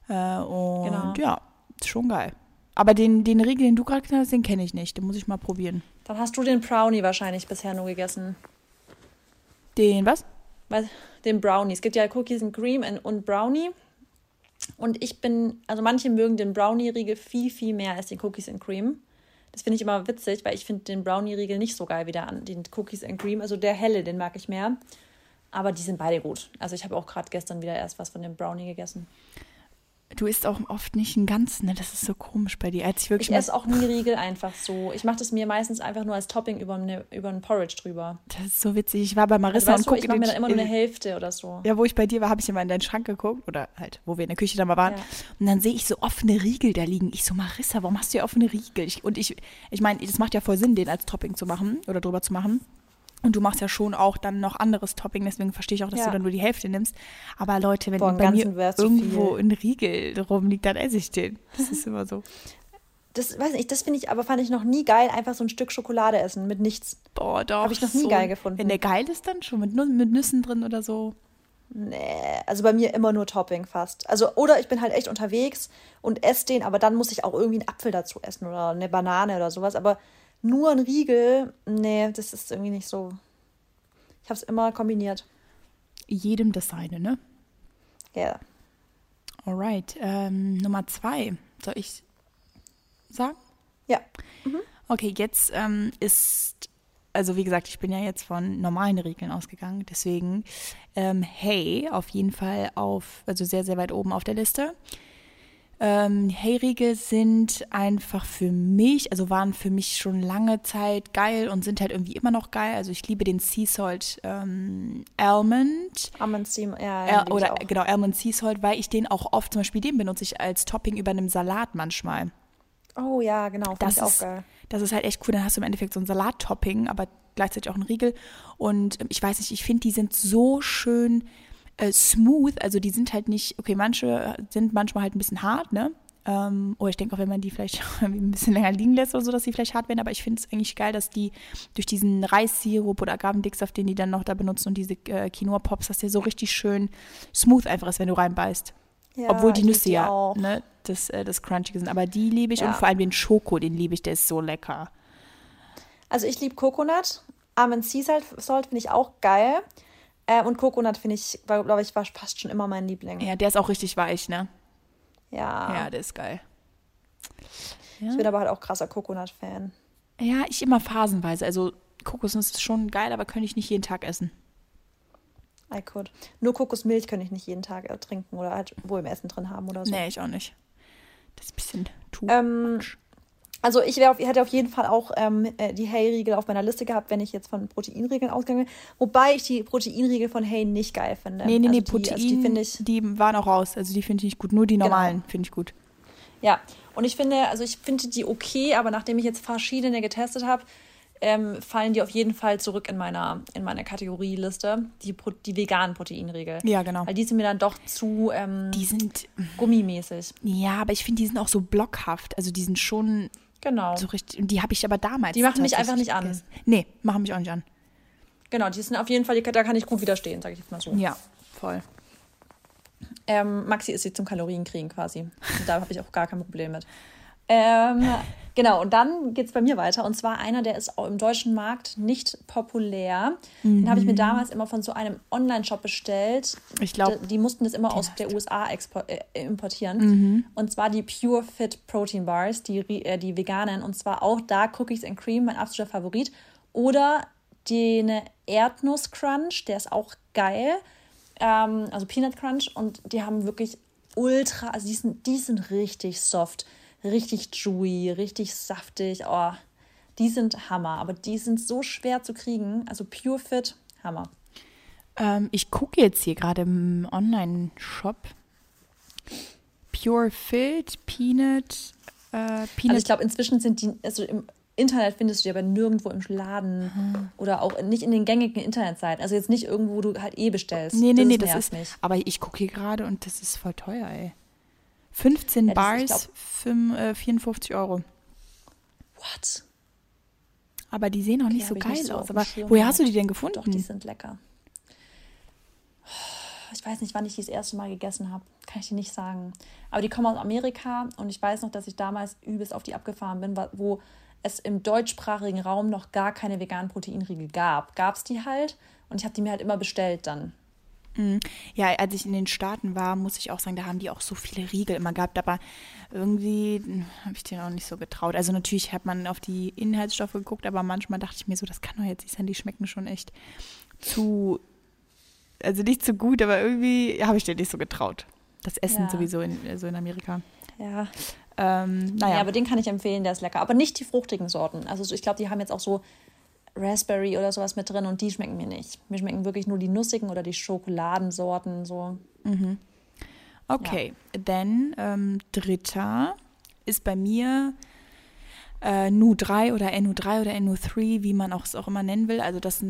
Ja, ist schon geil. Aber den Riegel, den du gerade genannt hast, den kenne ich nicht. Den muss ich mal probieren. Dann hast du den Brownie wahrscheinlich bisher nur gegessen. Den was? Den Brownie. Es gibt ja Cookies and Cream und Brownie. Und also manche mögen den Brownie-Riegel viel, viel mehr als den Cookies and Cream. Das finde ich immer witzig, weil ich finde den Brownie-Riegel nicht so geil wie den Cookies and Cream. Also der helle, den mag ich mehr. Aber die sind beide gut. Also ich habe auch gerade gestern wieder erst was von dem Brownie gegessen. Du isst auch oft nicht einen ganzen, ne? Das ist so komisch bei dir. Ich esse auch nie Riegel einfach so. Ich mache das mir meistens einfach nur als Topping über einen Porridge drüber. Das ist so witzig. Ich war bei Marissa und gucke ich mache mir dann immer nur eine Hälfte oder so. Ja, wo ich bei dir war, habe ich immer in deinen Schrank geguckt oder halt, wo wir in der Küche dann mal waren. Ja. Und dann sehe ich so offene Riegel da liegen. Ich so, Marissa, warum hast du hier offene Riegel? Ich meine, das macht ja voll Sinn, den als Topping zu machen oder drüber zu machen. Und du machst ja schon auch dann noch anderes Topping, deswegen verstehe ich auch, dass du dann nur die Hälfte nimmst. Aber Leute, wenn bei mir irgendwo ein Riegel rumliegt, dann esse ich den. Das ist immer so. Das weiß nicht, fand ich noch nie geil, einfach so ein Stück Schokolade essen mit nichts. Boah, doch. Habe ich noch nie geil gefunden. Wenn der geil ist, dann schon mit Nüssen drin oder so. Nee, also bei mir immer nur Topping fast. Also, oder ich bin halt echt unterwegs und esse den, aber dann muss ich auch irgendwie einen Apfel dazu essen oder eine Banane oder sowas. Aber nur ein Riegel, nee, das ist irgendwie nicht so. Ich habe es immer kombiniert. Jedem das seine, ne? Ja. Yeah. Alright. Nummer 2. Soll ich sagen? Ja. Okay, jetzt also wie gesagt, ich bin ja jetzt von normalen Riegeln ausgegangen, deswegen Hey, auf jeden Fall also sehr, sehr weit oben auf der Liste. Hey-Riegel sind einfach waren für mich schon lange Zeit geil und sind halt irgendwie immer noch geil. Also ich liebe den Sea Salt Almond. Almond Sea, ja. Almond Sea Salt, weil ich den auch oft, zum Beispiel den benutze ich als Topping über einem Salat manchmal. Oh ja, genau, finde Das ich auch ist, geil. das ist halt echt cool. Dann hast du im Endeffekt so ein Salat-Topping, aber gleichzeitig auch einen Riegel. Und ich weiß nicht, ich finde, die sind so schön smooth. Also die sind halt nicht, okay, manche sind manchmal halt ein bisschen hart, ne? Oder ich denke auch, wenn man die vielleicht irgendwie ein bisschen länger liegen lässt oder so, dass die vielleicht hart werden. Aber ich finde es eigentlich geil, dass die durch diesen Reissirup oder Agavendicksaft, den die dann noch da benutzen und diese Quinoa-Pops, dass der so richtig schön smooth einfach ist, wenn du reinbeißt. Obwohl Ja, die ich liebe Nüsse die ja, auch. ne, das Crunchige sind. Aber die liebe ich und Ja. vor allem den Schoko, den liebe ich, der ist so lecker. Also ich liebe Coconut. Almond Sea Salt finde ich auch geil. Und Coconut finde ich, glaube ich, war fast schon immer mein Liebling. Ja, der ist auch richtig weich, ne? Ja. Ja, der ist geil. Ich Ja, bin aber halt auch krasser Coconut-Fan. ja, ich immer phasenweise. Also Kokosnuss ist schon geil, aber könnte ich nicht jeden Tag essen. I could. Nur Kokosmilch könnte ich nicht jeden Tag trinken oder halt wohl im Essen drin haben oder so. Nee, ich auch nicht. Das ist ein bisschen too Ähm, much. Also ich hätte auf jeden Fall auch die Hey-Riegel auf meiner Liste gehabt, wenn ich jetzt von Proteinriegeln ausgegangen wäre. Wobei ich die Proteinriegel von Hey nicht geil finde. Nee, Also Protein, die finde ich, die waren auch raus. Also die finde ich nicht gut. Nur die genau. normalen finde ich gut. Ja. Und ich finde die okay, aber nachdem ich jetzt verschiedene getestet habe, fallen die auf jeden Fall zurück in meine Kategorieliste, die veganen Proteinriegel. Ja, genau. Weil die sind mir dann doch zu Die sind, gummimäßig. ja, aber ich finde, die sind auch so blockhaft. Also die sind schon Genau. so richtig, und die habe ich aber damals Die machen mich einfach tatsächlich nicht an. gegessen. Nee, machen mich auch nicht an. Genau, die sind auf jeden Fall, da kann ich gut widerstehen, sage ich jetzt mal so. Ja, voll. Maxi isst sie zum Kalorienkriegen quasi. Und da habe ich auch gar kein Problem mit. Genau, und dann geht es bei mir weiter. Und zwar einer, der ist auch im deutschen Markt nicht populär. Den habe ich mir damals immer von so einem Online-Shop bestellt. Ich glaube, Die mussten das immer aus der USA importieren. Und zwar die Pure Fit Protein Bars, die veganen. Und zwar auch da Cookies and Cream, mein absoluter Favorit. Oder den Erdnuss Crunch, der ist auch geil. Also Peanut Crunch. Und die haben wirklich ultra, also die sind richtig soft, richtig chewy, richtig saftig. Oh, die sind Hammer. Aber die sind so schwer zu kriegen. Also Pure Fit, Hammer. ich gucke jetzt hier gerade im Online-Shop. Pure Fit, Peanut. Also ich glaube, inzwischen sind die, also im Internet findest du die aber nirgendwo im Laden oder auch nicht in den gängigen Internetseiten. Also jetzt nicht irgendwo, wo du halt bestellst. Nee, das nervt ist. mich. Aber ich gucke hier gerade und das ist voll teuer, ey. 15 Ja, ich Bars, glaub, 54 Euro. What? Aber die sehen auch nicht Die so hab ich nicht geil so aus. auf dem Aber Schirm woher hast du die gehabt. denn gefunden? Doch, die sind lecker. Ich weiß nicht, wann ich die das erste Mal gegessen habe. Kann ich dir nicht sagen. Aber die kommen aus Amerika und ich weiß noch, dass ich damals übelst auf die abgefahren bin, wo es im deutschsprachigen Raum noch gar keine veganen Proteinriegel gab. Gab es die halt und ich habe die mir halt immer bestellt dann. Ja, als ich in den Staaten war, muss ich auch sagen, da haben die auch so viele Riegel immer gehabt, aber irgendwie habe ich denen auch nicht so getraut. Also natürlich hat man auf die Inhaltsstoffe geguckt, aber manchmal dachte ich mir so, das kann doch jetzt nicht sein, die schmecken schon echt also nicht zu gut, aber irgendwie habe ich denen nicht so getraut. Das Essen Ja. sowieso so in Amerika. Ja. Naja, Ja, aber den kann ich empfehlen, der ist lecker. Aber nicht die fruchtigen Sorten. Also ich glaube, die haben jetzt auch so Raspberry oder sowas mit drin und die schmecken mir nicht. Mir schmecken wirklich nur die nussigen oder die Schokoladensorten so. okay. Dann dritter ist bei mir Nu3 oder NU3 oder NU3, wie man es auch immer nennen will. Also das sind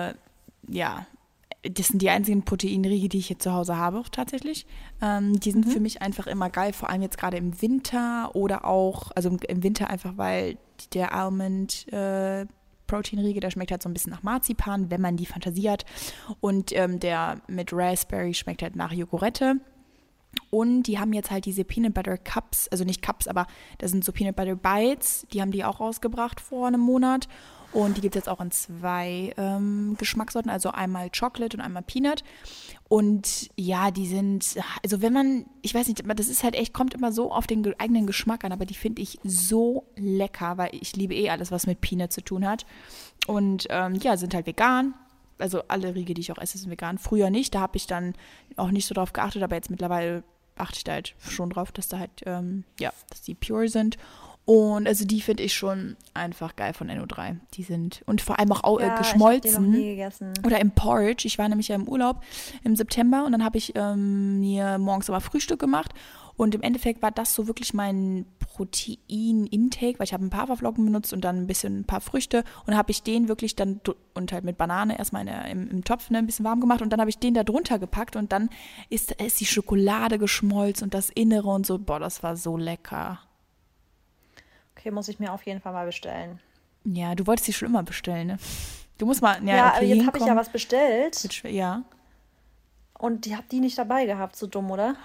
das sind die einzigen Proteinriegel, die ich hier zu Hause habe, auch tatsächlich. Die sind für mich einfach immer geil, vor allem jetzt gerade im Winter oder auch, also im Winter einfach, weil der Almond Proteinriegel, der schmeckt halt so ein bisschen nach Marzipan, wenn man die Fantasie hat. Und der mit Raspberry schmeckt halt nach Jogurette. Und die haben jetzt halt diese Peanut Butter Cups, also nicht Cups, aber das sind so Peanut Butter Bites, die haben die auch rausgebracht vor einem Monat. Und die gibt es jetzt auch in 2 Geschmackssorten, also einmal Chocolate und einmal Peanut. Und ja, die sind, also wenn man, ich weiß nicht, das ist halt echt, kommt immer so auf den eigenen Geschmack an, aber die finde ich so lecker, weil ich liebe alles, was mit Peanut zu tun hat. Und sind halt vegan. Also alle Riegel, die ich auch esse, sind vegan. Früher nicht, da habe ich dann auch nicht so drauf geachtet, aber jetzt mittlerweile achte ich da halt schon drauf, dass da halt, dass die pure sind. Und also die finde ich schon einfach geil von NO3. Die sind, und vor allem auch Ja, ich habe geschmolzen. den noch nie gegessen. Oder im Porridge. Ich war nämlich ja im Urlaub im September und dann habe ich mir morgens aber Frühstück gemacht Und im Endeffekt war das so wirklich mein Protein-Intake, weil ich habe ein paar Haferflocken benutzt und dann ein paar Früchte und dann habe ich den wirklich dann und halt mit Banane erstmal im Topf ein bisschen warm gemacht und dann habe ich den da drunter gepackt und dann ist die Schokolade geschmolzen und das Innere und so. Boah, das war so lecker. Okay, muss ich mir auf jeden Fall mal bestellen. Ja, du wolltest die schon immer bestellen, ne? Du musst mal, Ja, okay, aber jetzt habe ich ja was bestellt Ja. und die habe die nicht dabei gehabt, so dumm, oder?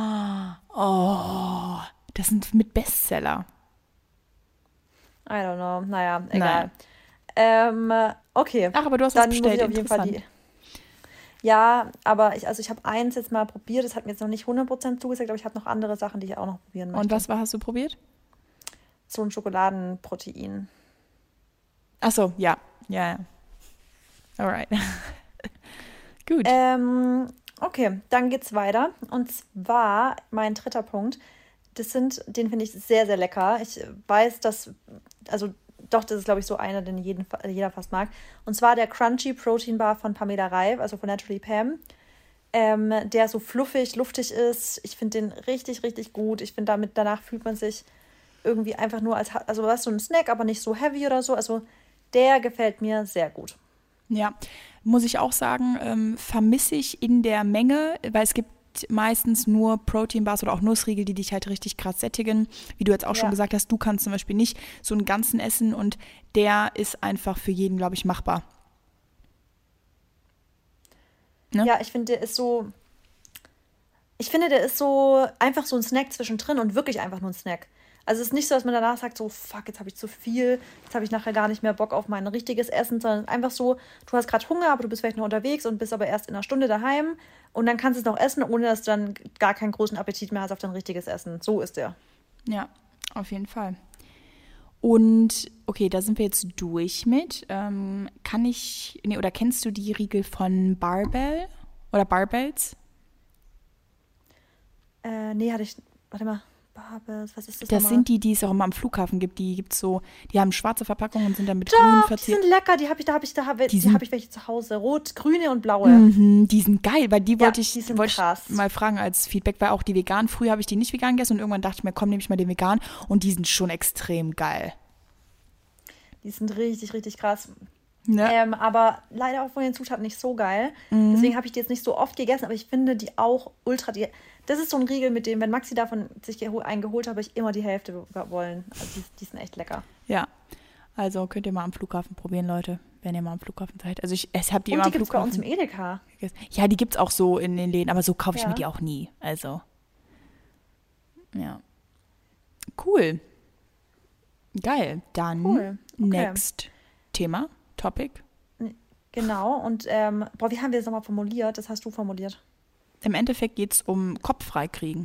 Oh, das sind mit Bestseller. I don't know. Naja, egal. Okay. Ach, aber du hast dann was bestellt, muss ich auf jeden Fall die. Ja, aber ich habe eins jetzt mal probiert, das hat mir jetzt noch nicht 100% zugesagt, aber ich habe noch andere Sachen, die ich auch noch probieren möchte. Und was hast du probiert? So ein Schokoladenprotein. Ach so, ja. Alright. Gut. Okay, dann geht's weiter. Und zwar mein dritter Punkt. Den finde ich sehr, sehr lecker. Ich weiß, das ist, glaube ich, so einer, den jeder fast mag. Und zwar der Crunchy Protein Bar von Pamela Reif, also von Naturally Pam. Der so fluffig, luftig ist. Ich finde den richtig, richtig gut. Ich finde, danach fühlt man sich irgendwie einfach nur was so ein Snack, aber nicht so heavy oder so. Also der gefällt mir sehr gut. Ja, muss ich auch sagen, vermisse ich in der Menge, weil es gibt meistens nur Protein-Bars oder auch Nussriegel, die dich halt richtig krass sättigen. Wie du jetzt auch schon gesagt hast, du kannst zum Beispiel nicht so einen ganzen essen und der ist einfach für jeden, glaube ich, machbar. Ne? Ja, ich finde, der ist so einfach so ein Snack zwischendrin und wirklich einfach nur ein Snack. Also es ist nicht so, dass man danach sagt, so, fuck, jetzt habe ich zu viel, jetzt habe ich nachher gar nicht mehr Bock auf mein richtiges Essen, sondern einfach so, du hast gerade Hunger, aber du bist vielleicht noch unterwegs und bist aber erst in einer Stunde daheim und dann kannst du es noch essen, ohne dass du dann gar keinen großen Appetit mehr hast auf dein richtiges Essen. So ist der. Ja, auf jeden Fall. Und okay, da sind wir jetzt durch mit. Kennst du die Riegel von Barbell oder Barbells? Nee, warte mal. Was ist das? Das sind die es auch immer am Flughafen gibt. Die haben schwarze Verpackungen und sind dann mit grün verziert. Die sind lecker, die habe ich welche zu Hause. Rot, grüne und blaue. Die sind geil, weil die wollte ich krass. mal fragen als Feedback, weil auch die vegan, früher habe ich die nicht vegan gegessen und irgendwann dachte ich mir, komm, nehme ich mal den vegan und die sind schon extrem geil. Die sind richtig, richtig krass. Ne? Aber leider auch von den Zutaten nicht so geil. Deswegen habe ich die jetzt nicht so oft gegessen, aber ich finde die auch ultra. Das ist so ein Riegel, mit dem, wenn Maxi davon sich einen geholt hat, habe ich immer die Hälfte wollen. Also die sind echt lecker. Ja, also könnt ihr mal am Flughafen probieren, Leute, wenn ihr mal am Flughafen seid. Also ich habe die und immer am Flughafen. Und die gibt es bei uns im Edeka. Ja, die gibt es auch so in den Läden, aber so kaufe ich mir die auch nie. Also, ja. Cool. Geil. Dann next Thema. Topic. Genau, und wie haben wir das nochmal formuliert? Das hast du formuliert. Im Endeffekt geht es um Kopf freikriegen.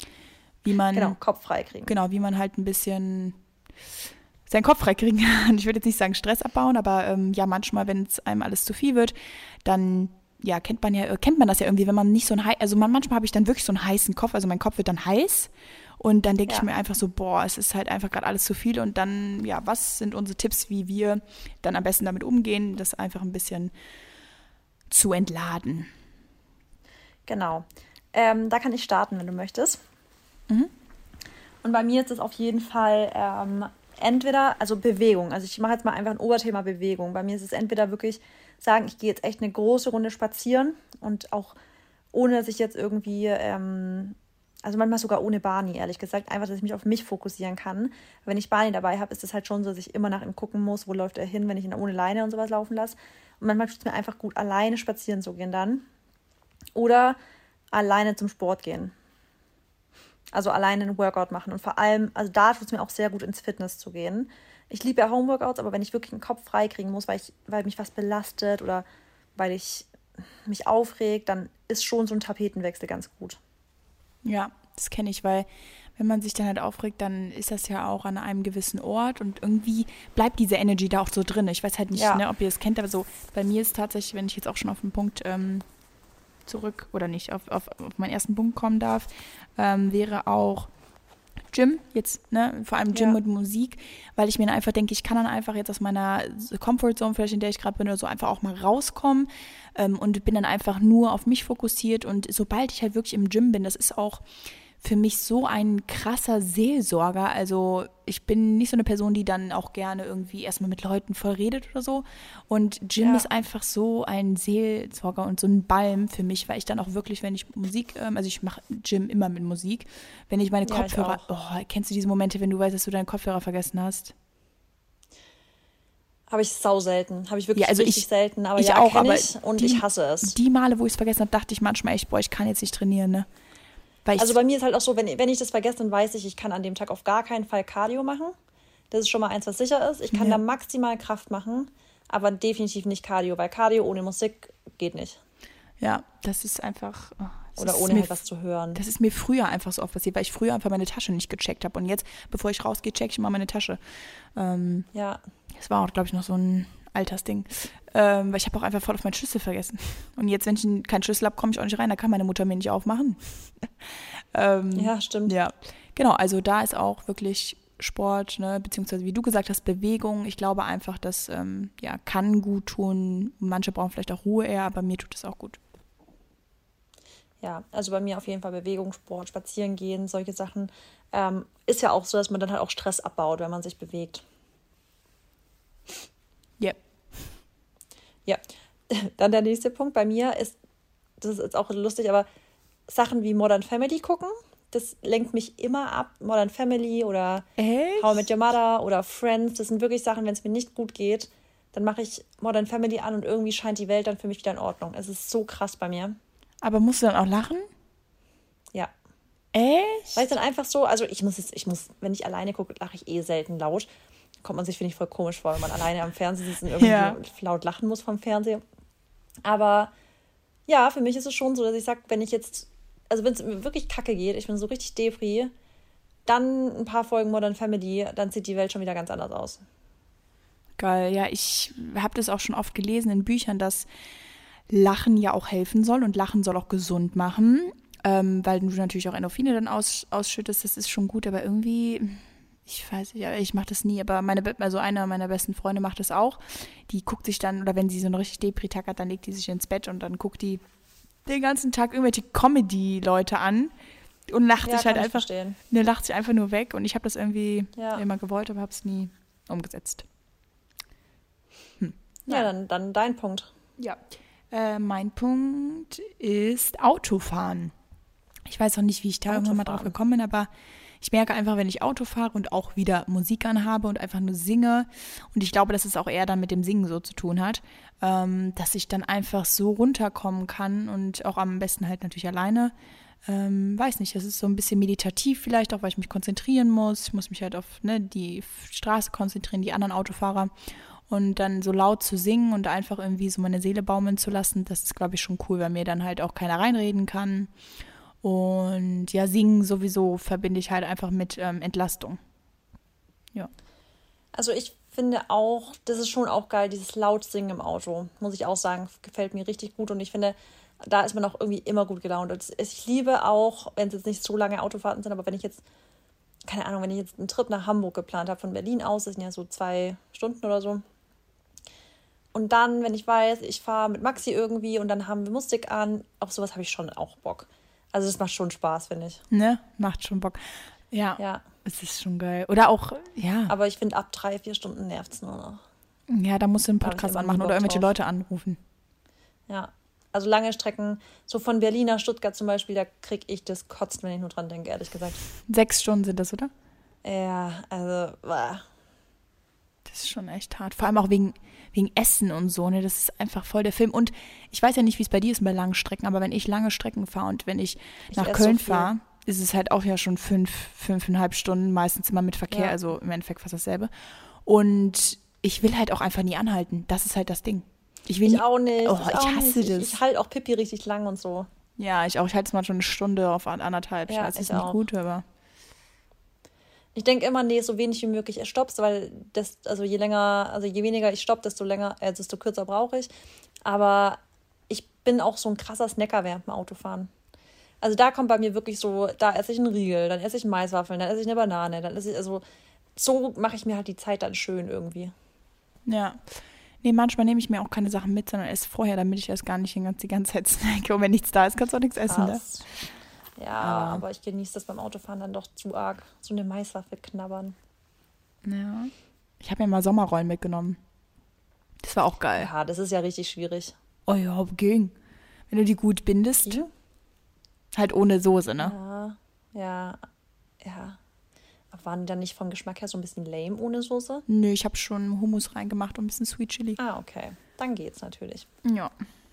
Kopf freikriegen. Genau, wie man halt ein bisschen seinen Kopf freikriegen kann. Ich würde jetzt nicht sagen Stress abbauen, aber manchmal, wenn es einem alles zu viel wird, dann kennt man das ja irgendwie, wenn man nicht so manchmal habe ich dann wirklich so einen heißen Kopf, also mein Kopf wird dann heiß und dann denke ich mir einfach so, es ist halt einfach gerade alles zu viel und dann, was sind unsere Tipps, wie wir dann am besten damit umgehen, das einfach ein bisschen zu entladen. Genau. Da kann ich starten, wenn du möchtest. Mhm. Und bei mir ist es auf jeden Fall entweder, also Bewegung, also ich mache jetzt mal einfach ein Oberthema Bewegung. Bei mir ist es entweder wirklich sagen, ich gehe jetzt echt eine große Runde spazieren und auch ohne, dass ich jetzt irgendwie, also manchmal sogar ohne Barney, ehrlich gesagt, einfach, dass ich mich auf mich fokussieren kann. Wenn ich Barney dabei habe, ist es halt schon so, dass ich immer nach ihm gucken muss, wo läuft er hin, wenn ich ihn ohne Leine und sowas laufen lasse. Und manchmal tut es mir einfach gut, alleine spazieren zu gehen dann. Oder alleine zum Sport gehen. Also alleine einen Workout machen. Und vor allem, also da tut es mir auch sehr gut, ins Fitness zu gehen. Ich liebe ja Homeworkouts, aber wenn ich wirklich den Kopf freikriegen muss, weil mich was belastet oder weil ich mich aufregt, dann ist schon so ein Tapetenwechsel ganz gut. Ja, das kenne ich, weil wenn man sich dann halt aufregt, dann ist das ja auch an einem gewissen Ort und irgendwie bleibt diese Energy da auch so drin. Ich weiß halt nicht, ob ihr es kennt, aber so bei mir ist tatsächlich, wenn ich jetzt auch schon auf den Punkt zurück oder nicht auf meinen ersten Punkt kommen darf, wäre auch Gym jetzt, vor allem Gym mit Musik, weil ich mir dann einfach denke, ich kann dann einfach jetzt aus meiner Comfortzone, vielleicht in der ich gerade bin oder so, einfach auch mal rauskommen und bin dann einfach nur auf mich fokussiert und sobald ich halt wirklich im Gym bin, das ist auch für mich so ein krasser Seelsorger. Also ich bin nicht so eine Person, die dann auch gerne irgendwie erstmal mit Leuten voll redet oder so. Und Gym Ja, ist einfach so ein Seelsorger und so ein Balm für mich, weil ich dann auch wirklich, wenn ich Musik, also ich mache Gym immer mit Musik, wenn ich meine ja, ich Kopfhörer, auch. oh, kennst du diese Momente, wenn du weißt, dass du deinen Kopfhörer vergessen hast? Habe ich sau selten. Habe ich Ja, wirklich also richtig selten. Aber ich ja, auch, kenne aber ich und ich die, hasse es. die Male, wo ich es vergessen habe, dachte ich manchmal echt, boah, ich kann jetzt nicht trainieren, ne? Weil Also ich, bei mir ist halt auch so, wenn ich das vergesse, dann weiß ich, ich kann an dem Tag auf gar keinen Fall Cardio machen. Das ist schon mal eins, was sicher ist. Ich kann ja. da maximal Kraft machen, aber definitiv nicht Cardio, weil Cardio ohne Musik geht nicht. Ja, das ist einfach, oh, Oder ohne halt was zu hören. das ist mir früher einfach so oft passiert, weil ich früher einfach meine Tasche nicht gecheckt habe. Und jetzt, bevor ich rausgehe, check ich immer meine Tasche. Ähm, Ja, Das war auch, glaube ich, noch so ein Altersding. Weil ich habe auch einfach voll auf meinen Schlüssel vergessen. Und jetzt, wenn ich keinen Schlüssel habe, komme ich auch nicht rein. Da kann meine Mutter mir nicht aufmachen. ja, stimmt. Ja, genau. Also da ist auch wirklich Sport, ne, beziehungsweise wie du gesagt hast, Bewegung. Ich glaube einfach, das ja, kann gut tun. Manche brauchen vielleicht auch Ruhe eher, aber mir tut es auch gut. Ja, also bei mir auf jeden Fall Bewegung, Sport, Spazieren gehen, solche Sachen. Ist ja auch so, dass man dann halt auch Stress abbaut, wenn man sich bewegt. Ja. Ja, dann der nächste Punkt bei mir ist, das ist jetzt auch lustig, aber Sachen wie Modern Family gucken, das lenkt mich immer ab. Modern Family oder How I Met Echt? Your Mother oder Friends, das sind wirklich Sachen, wenn es mir nicht gut geht, dann mache ich Modern Family an und irgendwie scheint die Welt dann für mich wieder in Ordnung. Es ist so krass bei mir. Aber musst du dann auch lachen? Ja, weil es Echt? dann einfach so, also wenn ich alleine gucke, lache ich eh selten laut. Kommt man sich, finde ich, voll komisch vor, wenn man alleine am Fernsehen sitzt und irgendwie Ja. laut lachen muss vom Fernseher. Aber ja, für mich ist es schon so, dass ich sage, wenn ich jetzt, also wenn es mir wirklich kacke geht, ich bin so richtig Depri, dann ein paar Folgen Modern Family, dann sieht die Welt schon wieder ganz anders aus. Geil. Ja, ich habe das auch schon oft gelesen in Büchern, dass Lachen ja auch helfen soll und Lachen soll auch gesund machen, weil du natürlich auch Endorphine dann ausschüttest. Das ist schon gut, aber irgendwie, ich weiß nicht, ich mache das nie, aber also einer meiner besten Freunde macht das auch. Die guckt sich dann, oder wenn sie so einen richtig Depri-Tag hat, dann legt die sich ins Bett und dann guckt die den ganzen Tag irgendwelche Comedy-Leute an und lacht Ja, sich halt kann ich einfach, verstehen. ne, lacht sich einfach nur weg. Und ich habe das irgendwie Ja, immer gewollt, aber habe es nie umgesetzt. ja, Naja. dann dein Punkt. Ja. Mein Punkt ist Autofahren. Ich weiß auch nicht, wie ich da irgendwann mal drauf Autofahren. gekommen bin, aber ich merke einfach, wenn ich Auto fahre und auch wieder Musik anhabe und einfach nur singe, und ich glaube, dass es auch eher dann mit dem Singen so zu tun hat, dass ich dann einfach so runterkommen kann und auch am besten halt natürlich alleine. Weiß nicht, das ist so ein bisschen meditativ vielleicht, auch weil ich mich konzentrieren muss. Ich muss mich halt auf ne, die Straße konzentrieren, die anderen Autofahrer. Und dann so laut zu singen und einfach irgendwie so meine Seele baumeln zu lassen, das ist, glaube ich, schon cool, weil mir dann halt auch keiner reinreden kann. Und ja, singen sowieso verbinde ich halt einfach mit Entlastung. Ja. Also ich finde auch, das ist schon auch geil, dieses Lautsingen im Auto, muss ich auch sagen, gefällt mir richtig gut und ich finde, da ist man auch irgendwie immer gut gelaunt. Und ich liebe auch, wenn es jetzt nicht so lange Autofahrten sind, aber wenn ich jetzt, keine Ahnung, wenn ich jetzt einen Trip nach Hamburg geplant habe von Berlin aus, das sind ja so 2 Stunden oder so. Und dann, wenn ich weiß, ich fahre mit Maxi irgendwie und dann haben wir Musik an, auf sowas habe ich schon auch Bock. Also das macht schon Spaß, finde ich. Ne? Macht schon Bock. Ja, Ja, es ist schon geil. Oder auch, ja, aber ich finde, ab 3, 4 Stunden nervt es nur noch. ja, da musst du einen Da habe ich Podcast immer nie anmachen oder Bock irgendwelche drauf. Leute anrufen. Ja, also lange Strecken, so von Berlin nach Stuttgart zum Beispiel, da kriege ich das Kotzen, wenn ich nur dran denke, ehrlich gesagt. 6 Stunden sind das, oder? Ja, also, Das ist schon echt hart. Vor allem auch wegen Essen und so, ne? Das ist einfach voll der Film. Und ich weiß ja nicht, wie es bei dir ist bei langen Strecken, aber wenn ich lange Strecken fahre und wenn ich ich nach esse so Köln viel. fahre, ist es halt auch ja schon 5,5 Stunden, meistens immer mit Verkehr, Ja, also im Endeffekt fast dasselbe. Und ich will halt auch einfach nie anhalten. Das ist halt das Ding. Ich will ich nie, auch nicht, oh, ich ich auch nicht. hasse Ich das. halte auch Pipi richtig lang und so. Ja, ich auch. Ich halte es mal schon eine Stunde auf anderthalb. Ich Ja, weiß, es ist ich nicht auch. gut, aber Ich denke immer, nee, so wenig wie möglich stoppst, weil das, also je länger, also je weniger ich stopp, desto kürzer brauche ich. Aber ich bin auch so ein krasser Snacker während dem Autofahren. Also da kommt bei mir wirklich so, da esse ich einen Riegel, dann esse ich Maiswaffeln, dann esse ich eine Banane, dann esse ich, also so mache ich mir halt die Zeit dann schön irgendwie. ja. Nee, manchmal nehme ich mir auch keine Sachen mit, sondern esse vorher, damit ich erst gar nicht die ganze Zeit snacke. Und wenn nichts da ist, kannst du auch nichts essen, ne? Krass. Ja, Aber aber ich genieße das beim Autofahren dann doch zu arg. So eine Maiswaffel knabbern. ja. Ich habe mir mal Sommerrollen mitgenommen. Das war auch geil. Ja, das ist ja richtig schwierig. Oh ja, ging. Wenn du die gut bindest, Wie? halt ohne Soße, ne? Ja, ja, ja. Aber waren die dann nicht vom Geschmack her so ein bisschen lame ohne Soße? Nö, ich habe schon Hummus reingemacht und ein bisschen Sweet Chili. Ah, okay. Dann geht's natürlich. Ja.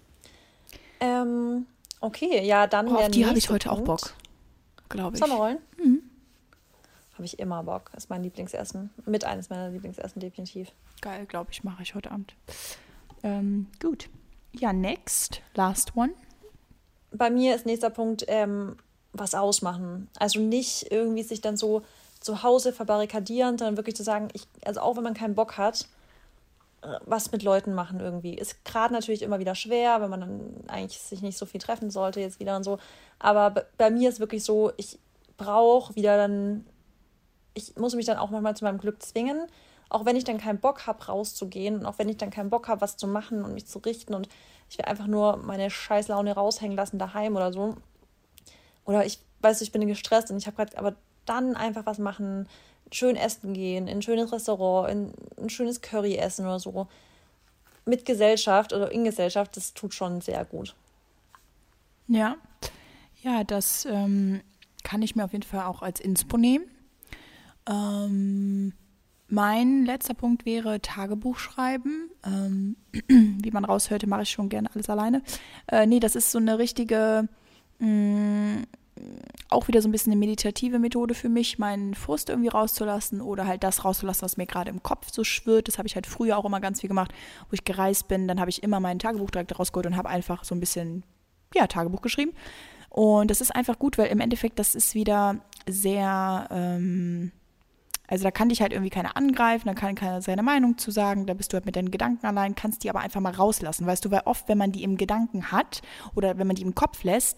Okay, ja, dann Oh, der auf die habe ich nächste heute auch Punkt. Bock, glaube ich. Sommerrollen? Habe ich immer Bock. Ist mein Lieblingsessen. Mit eines meiner Lieblingsessen, definitiv. Geil, glaube ich, mache ich heute Abend. Gut. Ja, next. Last one. Bei mir ist nächster Punkt was ausmachen. Also nicht irgendwie sich dann so zu Hause verbarrikadieren, sondern wirklich zu sagen, also auch wenn man keinen Bock hat, was mit Leuten machen irgendwie. Ist gerade natürlich immer wieder schwer, wenn man dann eigentlich sich nicht so viel treffen sollte jetzt wieder und so. Aber bei mir ist wirklich so, ich brauche wieder dann, ich muss mich dann auch manchmal zu meinem Glück zwingen, auch wenn ich dann keinen Bock habe, rauszugehen und auch wenn ich dann keinen Bock habe, was zu machen und mich zu richten und ich will einfach nur meine Scheißlaune raushängen lassen daheim oder so. Oder ich weiß, ich bin gestresst und ich habe gerade, aber dann einfach was machen, schön essen gehen, in ein schönes Restaurant, in ein schönes Curry essen oder so. Mit Gesellschaft oder in Gesellschaft, das tut schon sehr gut. Ja. Ja, das kann ich mir auf jeden Fall auch als Inspo nehmen. Mein letzter Punkt wäre Tagebuch schreiben. Wie man raushörte, mache ich schon gerne alles alleine. Nee, das ist so eine richtige, auch wieder so ein bisschen eine meditative Methode für mich, meinen Frust irgendwie rauszulassen oder halt das rauszulassen, was mir gerade im Kopf so schwirrt. Das habe ich halt früher auch immer ganz viel gemacht, wo ich gereist bin. Dann habe ich immer mein Tagebuch direkt rausgeholt und habe einfach so ein bisschen, ja, Tagebuch geschrieben. Und das ist einfach gut, weil im Endeffekt, das ist wieder sehr, also da kann dich halt irgendwie keiner angreifen, da kann keiner seine Meinung zu sagen, da bist du halt mit deinen Gedanken allein, kannst die aber einfach mal rauslassen, weißt du, weil oft, wenn man die im Gedanken hat oder wenn man die im Kopf lässt,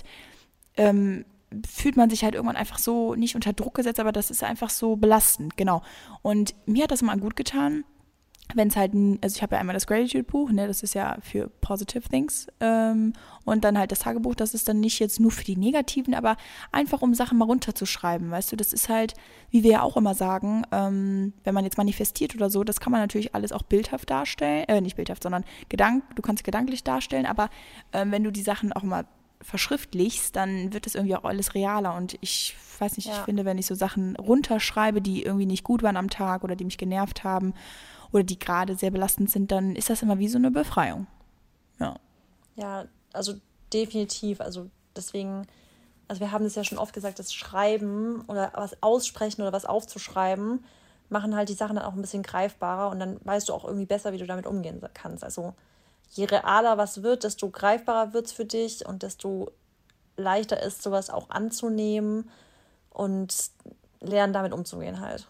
fühlt man sich halt irgendwann einfach so nicht unter Druck gesetzt, aber das ist einfach so belastend, genau. Und mir hat das immer gut getan, wenn es halt, also ich habe ja einmal das Gratitude-Buch, ne, das ist ja für Positive Things, und dann halt das Tagebuch, das ist dann nicht jetzt nur für die Negativen, aber einfach um Sachen mal runterzuschreiben, weißt du, das ist halt, wie wir ja auch immer sagen, wenn man jetzt manifestiert oder so, das kann man natürlich alles auch bildhaft darstellen, nicht bildhaft, sondern du kannst gedanklich darstellen, aber wenn du die Sachen auch mal verschriftlichst, dann wird das irgendwie auch alles realer und ich weiß nicht, ich finde, wenn ich so Sachen runterschreibe, die irgendwie nicht gut waren am Tag oder die mich genervt haben oder die gerade sehr belastend sind, dann ist das immer wie so eine Befreiung. Ja. Ja, also definitiv. Also deswegen, also wir haben es ja schon oft gesagt, das Schreiben oder was aussprechen oder was aufzuschreiben, machen halt die Sachen dann auch ein bisschen greifbarer und dann weißt du auch irgendwie besser, wie du damit umgehen kannst. Also je realer was wird, desto greifbarer wird es für dich und desto leichter ist, sowas auch anzunehmen und lernen, damit umzugehen halt.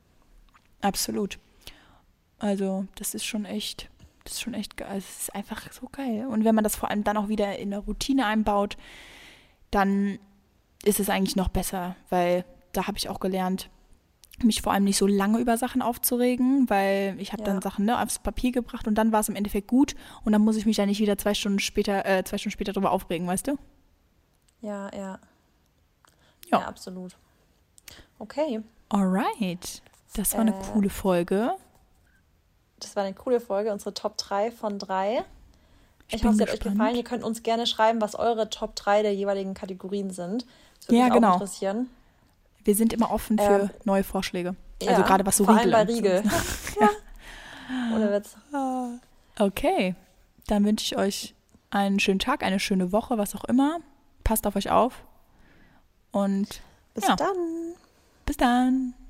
Absolut. Also das ist schon echt geil. Es ist einfach so geil. Und wenn man das vor allem dann auch wieder in eine Routine einbaut, dann ist es eigentlich noch besser, weil da habe ich auch gelernt, mich vor allem nicht so lange über Sachen aufzuregen, weil ich habe dann Sachen aufs Papier gebracht und dann war es im Endeffekt gut und dann muss ich mich da nicht wieder 2 Stunden später drüber aufregen, weißt du? Ja. Ja. Ja, absolut. Okay. Alright. Das war eine coole Folge. Das war eine coole Folge, unsere Top 3 von 3. Ich hoffe, es hat euch gefallen. Ihr könnt uns gerne schreiben, was eure Top 3 der jeweiligen Kategorien sind. Das würde mich auch interessieren. Wir sind immer offen für neue Vorschläge. Ja, also gerade was so vor Riegel allem bei Riegel. Ja. Ohne Witz. Okay, dann wünsche ich euch einen schönen Tag, eine schöne Woche, was auch immer. Passt auf euch auf. Und bis dann. Bis dann.